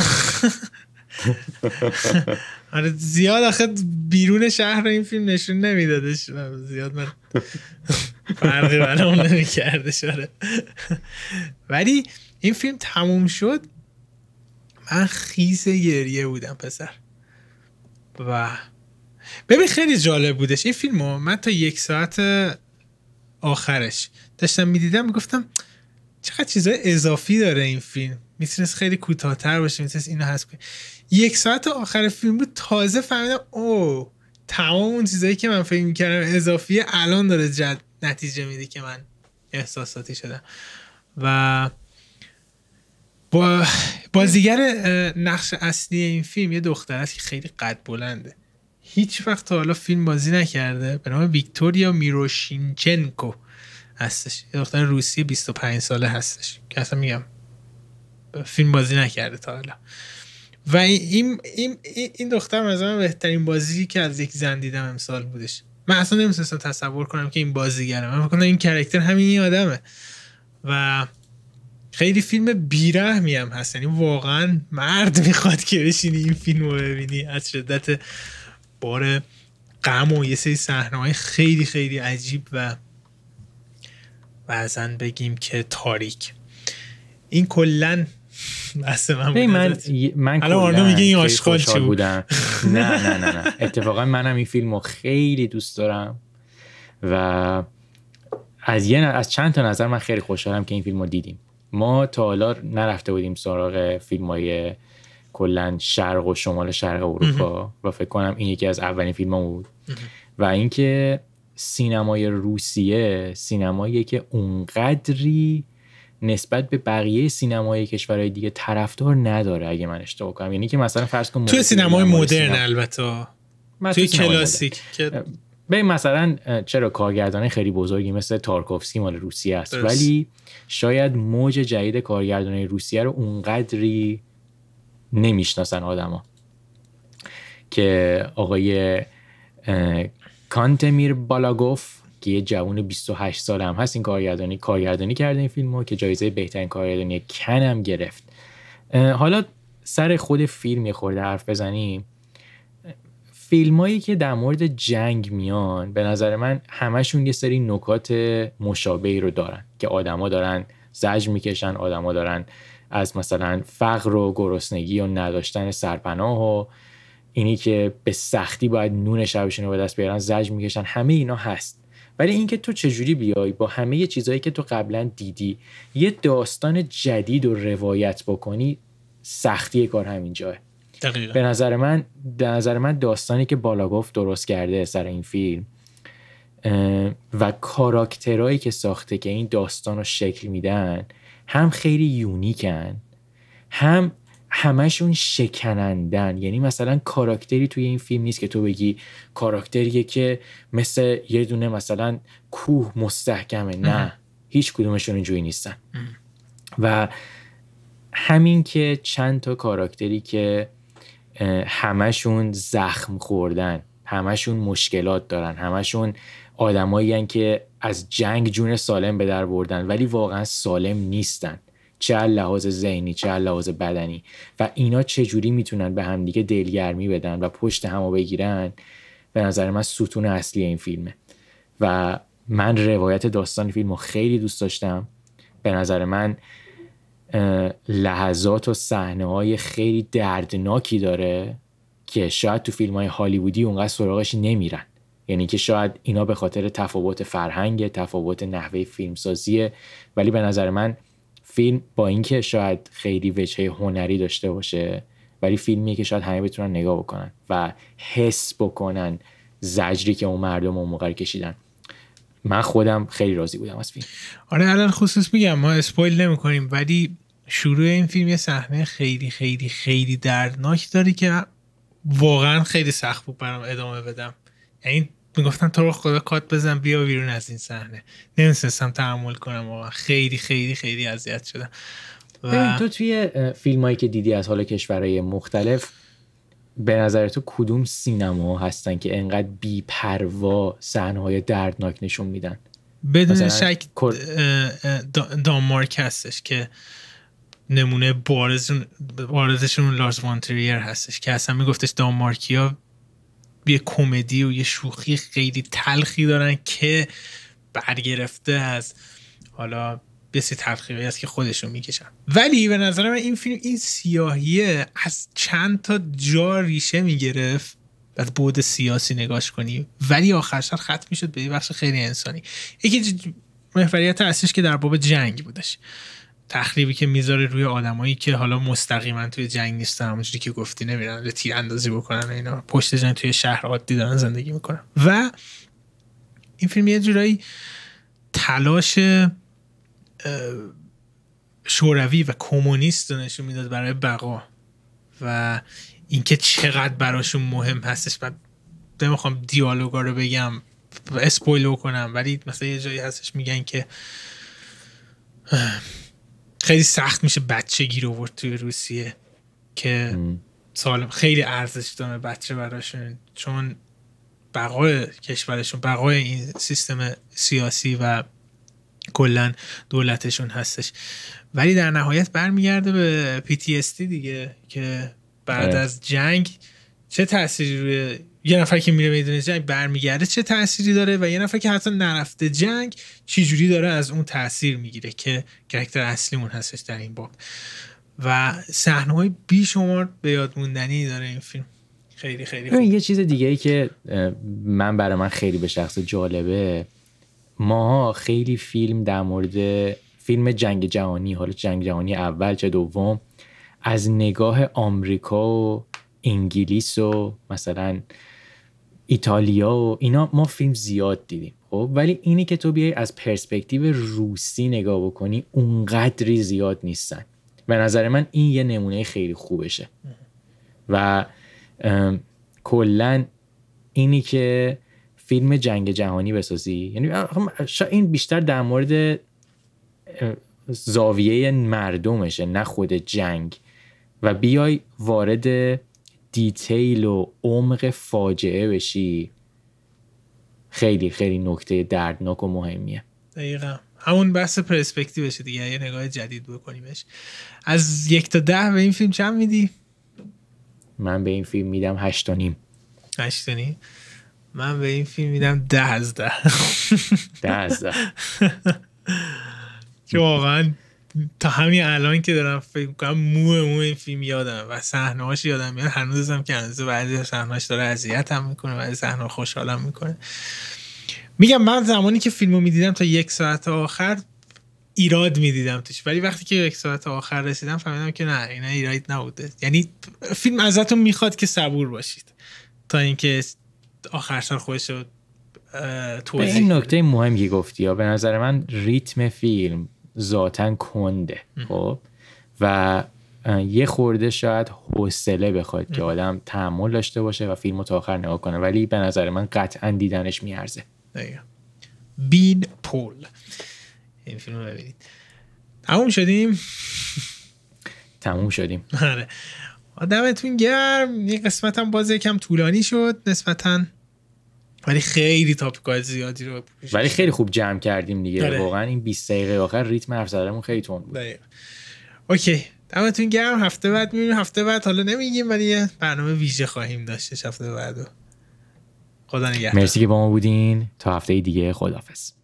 آره زیاد آخه بیرون شهر این فیلم نشون نمیدادش، زیاد من فرقی برام نمیکردش. آره. ولی این فیلم تموم شد من خیس گریه بودم پسر. و ببین خیلی جالب بودش این فیلمو، من تا یک ساعت آخرش داشتم میدیدم میگفتم چقدر چیزای اضافی داره این فیلم، میتونست خیلی کوتاه‌تر باشه، میتونست اینو حذف کنه. یک ساعت آخر فیلم بود تازه فهمیدم او تمام اون چیزایی که من فکر می‌کردم اضافیه الان داره جد نتیجه میده که من احساساتی شدم. و با بازیگر نقش اصلی این فیلم یه دختر است که خیلی قد بلنده، هیچ وقت تا حالا فیلم بازی نکرده، به نام ویکتوریا میروشینچنکو هستش، یه دختر روسی بیست و پنج ساله هستش که اصلا میگم فیلم بازی نکرده تا حالا. و این این این دختر مثلا بهترین بازی که از یک زن دیدم امسال بودش. من اصلا نمی‌تونستم تصور کنم که این بازیگره، من فکر کنم این کاراکتر همین این آدمه. و خیلی فیلم بیرحمی هم هست، یعنی واقعا مرد میخواد که بشینی این فیلم رو ببینی از شدت بار غم و یه سری صحنه‌های خیلی خیلی عجیب و بعضن بگیم که تاریک. این کلن بحث من بود. من من الان آرنو میگه این آشغال چی بود؟ نه نه نه نه اتفاقا منم این فیلمو خیلی دوست دارم و از یه از چند تا نظر من خیلی خوشحالم که این فیلمو دیدیم. ما تا حالا نرفته بودیم سراغ فیلم‌های کلن شرق و شمال شرق اروپا و فکر کنم این یکی از اولین فیلم‌ها بود. و اینکه سینمای روسیه سینمایی که اونقدری نسبت به بقیه سینمای کشورهای دیگه طرفدار نداره اگه من اشتباه کنم. یعنی که مثلا فرض کن تو سینمای مدرن البته توی کلاسیک که ببین مثلا چرا کارگردان خیلی بزرگی مثل تارکوفسکی مال روسیه است درست. ولی شاید موج جدید کارگردانی روسیه رو اونقدری نمیشناسن آدما که آقای کانتمیر بالاگوف که یه جوان بیست و هشت ساله هم هست این کارگردانی کارگردانی کرده این فیلمو که جایزه بهترین کارگردانی کن هم گرفت. حالا سر خود فیلم یه خورده حرف بزنیم. فیلمایی که در مورد جنگ میان به نظر من همشون یه سری نکات مشابهی رو دارن که آدما دارن زجر میکشن، آدما دارن از مثلا فقر و گرسنگی و نداشتن سرپناه و اینی که به سختی باید نون شبشون رو به دست بیارن زجر میکشن، همه اینا هست. ولی اینکه تو چجوری بیای با همه چیزایی که تو قبلا دیدی یه داستان جدید رو روایت بکنی، سختی کار همینجاه. دقیقا. به نظر من به نظر من داستانی که بالاگوف درست کرده سر این فیلم و کاراکترهایی که ساخته که این داستان رو شکل میدن هم خیلی یونیکن، هم همشون شکنندن. یعنی مثلا کاراکتری توی این فیلم نیست که تو بگی کاراکتریه که مثل یه دونه مثلا کوه مستحکمه. نه، هیچ کدومشون اینجوری نیستن. و همین که چند تا کاراکتری که همشون زخم خوردن، همشون مشکلات دارن، همشون آدمایی هن که از جنگ جون سالم به در بردن ولی واقعا سالم نیستن، چه از لحاظ ذهنی چه از لحاظ بدنی، و اینا چجوری میتونن به هم دیگه دلگرمی بدن و پشت همو بگیرن. به نظر من ستون اصلی این فیلمه و من روایت داستان فیلمو خیلی دوست داشتم. به نظر من لحظات و صحنه‌های خیلی دردناکی داره که شاید تو فیلم‌های هالیوودی اونقدر سراغش نمیرن. یعنی که شاید اینا به خاطر تفاوت فرهنگ، تفاوت نحوه فیلمسازیه، ولی به نظر من فیلم با اینکه شاید خیلی وجهه هنری داشته باشه ولی فیلمیه که شاید همه بتونن نگاه بکنن و حس بکنن زجری که اون مردم اون موقع کشیدن. من خودم خیلی راضی بودم از فیلم. آره الان خصوص میگم ما اسپویل نمی کنیم ولی شروع این فیلم یه صحنه خیلی خیلی خیلی دردناک داره که واقعا خیلی سخت بود برام ادامه بدم. یعنی میگفتم تو رو خدا کات بزن بیا بیرون از این صحنه، نمی‌تونستم تحمل کنم واقعا. خیلی خیلی خیلی اذیت شدم. و تو توی فیلمایی که دیدی از حال کشورهای مختلف به نظر تو کدوم سینما هستن که انقدر بی‌پروا صحنه‌های دردناک نشون میدن؟ بدون شک دانمارک هستش که نمونه بارزشون بارزشون لارس وان تریر هستش که اصلا میگفتش دانمارکیا یه کمدی و یه شوخی خیلی تلخی دارن که برگرفته از حالا بسی تلخی‌هایی هست که خودشون میکشن. ولی به نظر من این فیلم این سیاهیه از چند تا جا ریشه میگرفت از بعد سیاسی نگاش کنی ولی آخر سر ختم میشد به یه بخش خیلی انسانی. یکی محوریت اصلیش که در باب جنگ بودش، تخریبی که میذاره روی آدمایی که حالا مستقیما توی جنگ نیستن، همونجوری که گفتی نمیرن به تیر اندازی بکنن، اینا پشت جنگ توی شهر عادی دارن زندگی میکنن. و این فیلم یه جورایی تلاش شوروی و کمونیست رو نشون میداد برای بقا و اینکه چقدر براشون مهم هستش. بعد نمیخوام دیالوگا رو بگم اسپویل کنم ولی مثلا یه جایی هستش میگن که خیلی سخت میشه بچه گیر آورد توی روسیه که سالم خیلی ارزش داره بچه براشون، چون بقای کشورشون، بقای این سیستم سیاسی و کلن دولتشون هستش. ولی در نهایت برمیگرده به پی تی اس دی دیگه که بعد اه. از جنگ چه تأثیری روی یه نفر که میره میدون جنگ برمیگرده چه تأثیری داره و یه نفر که حتی نرفته جنگ چی جوری داره از اون تأثیر میگیره که کاراکتر اصلیمون هستش در این باب. و صحنه‌های بیشمار به یاد موندنی داره این فیلم. خیلی خیلی خوب. یه چیز دیگه ای که من برای من خیلی به شخص جالبه، ماها خیلی فیلم در مورد فیلم جنگ جهانی، حالا جنگ جهانی اول چه دوم، از نگاه آمریکا و انگلیس و مثلا ایتالیا و اینا ما فیلم زیاد دیدیم خب، ولی اینی که تو بیای از پرسپکتیو روسی نگاه بکنی اونقدری زیاد نیستن. به نظر من این یه نمونه خیلی خوبشه و کلن اینی که فیلم جنگ جهانی بسازی، یعنی این بیشتر در مورد زاویه مردمشه نه خود جنگ، و بیای وارد دیتیل و عمق فاجعه بشی، خیلی خیلی نکته دردناک و مهمیه. دقیقا همون بحث پرسپکتیوشه دیگه، یه نگاه جدید بکنیمش. از یک تا ده به این فیلم چند میدی؟ من به این فیلم میدم هشت و نیم. هشت و نیم؟ من به این فیلم میدم ده از ده. ده از ده. که واقعا تا همین الان که دارم فکر میکنم مو مو این فیلم یادم و صحنه‌هاش یادم میاد، هنوزم که هنوز بعضی صحنه‌هاش داره اذیتم میکنه، بعضی صحنه‌ها خوشحالم میکنه. میگم من زمانی که فیلمو میدیدم تا یک ساعت آخر ایراد میدیدم توش، ولی وقتی که یک ساعت آخر رسیدم فهمیدم که نه اینا ایراد نبوده. یعنی فیلم ازتون میخواد که صبور باشید تا اینکه آخر سر خودش رو توضیح. این نکته مهمی گفتی ها، به نظر من ریتم فیلم ذاتاً کنده خب، و یه خورده شاید حوصله بخواد که آدم تحمل داشته باشه و فیلمو تا آخر نگاه کنه، ولی به نظر من قطعاً دیدنش میارزه. بین پول این فیلمو ببینید. تموم شدیم؟ تموم شدیم. آره آدمتون گرم. یه قسمت هم باز یکم طولانی شد نسبتاً، ولی خیلی تاپیکای زیادی رو پوشش، ولی خیلی خوب جمع کردیم دیگه. داره. واقعا این بیست دقیقه آخر ریتم حرف زدنمون خیلی تند بود. داره. اوکی دمتون گرم. هفته بعد میبینیم. هفته بعد حالا نمیگیم ولی یه برنامه ویژه خواهیم داشتش هفته بعدو. خدا نگهدار. مرسی که با ما بودین. تا هفته دیگه خداحافظ.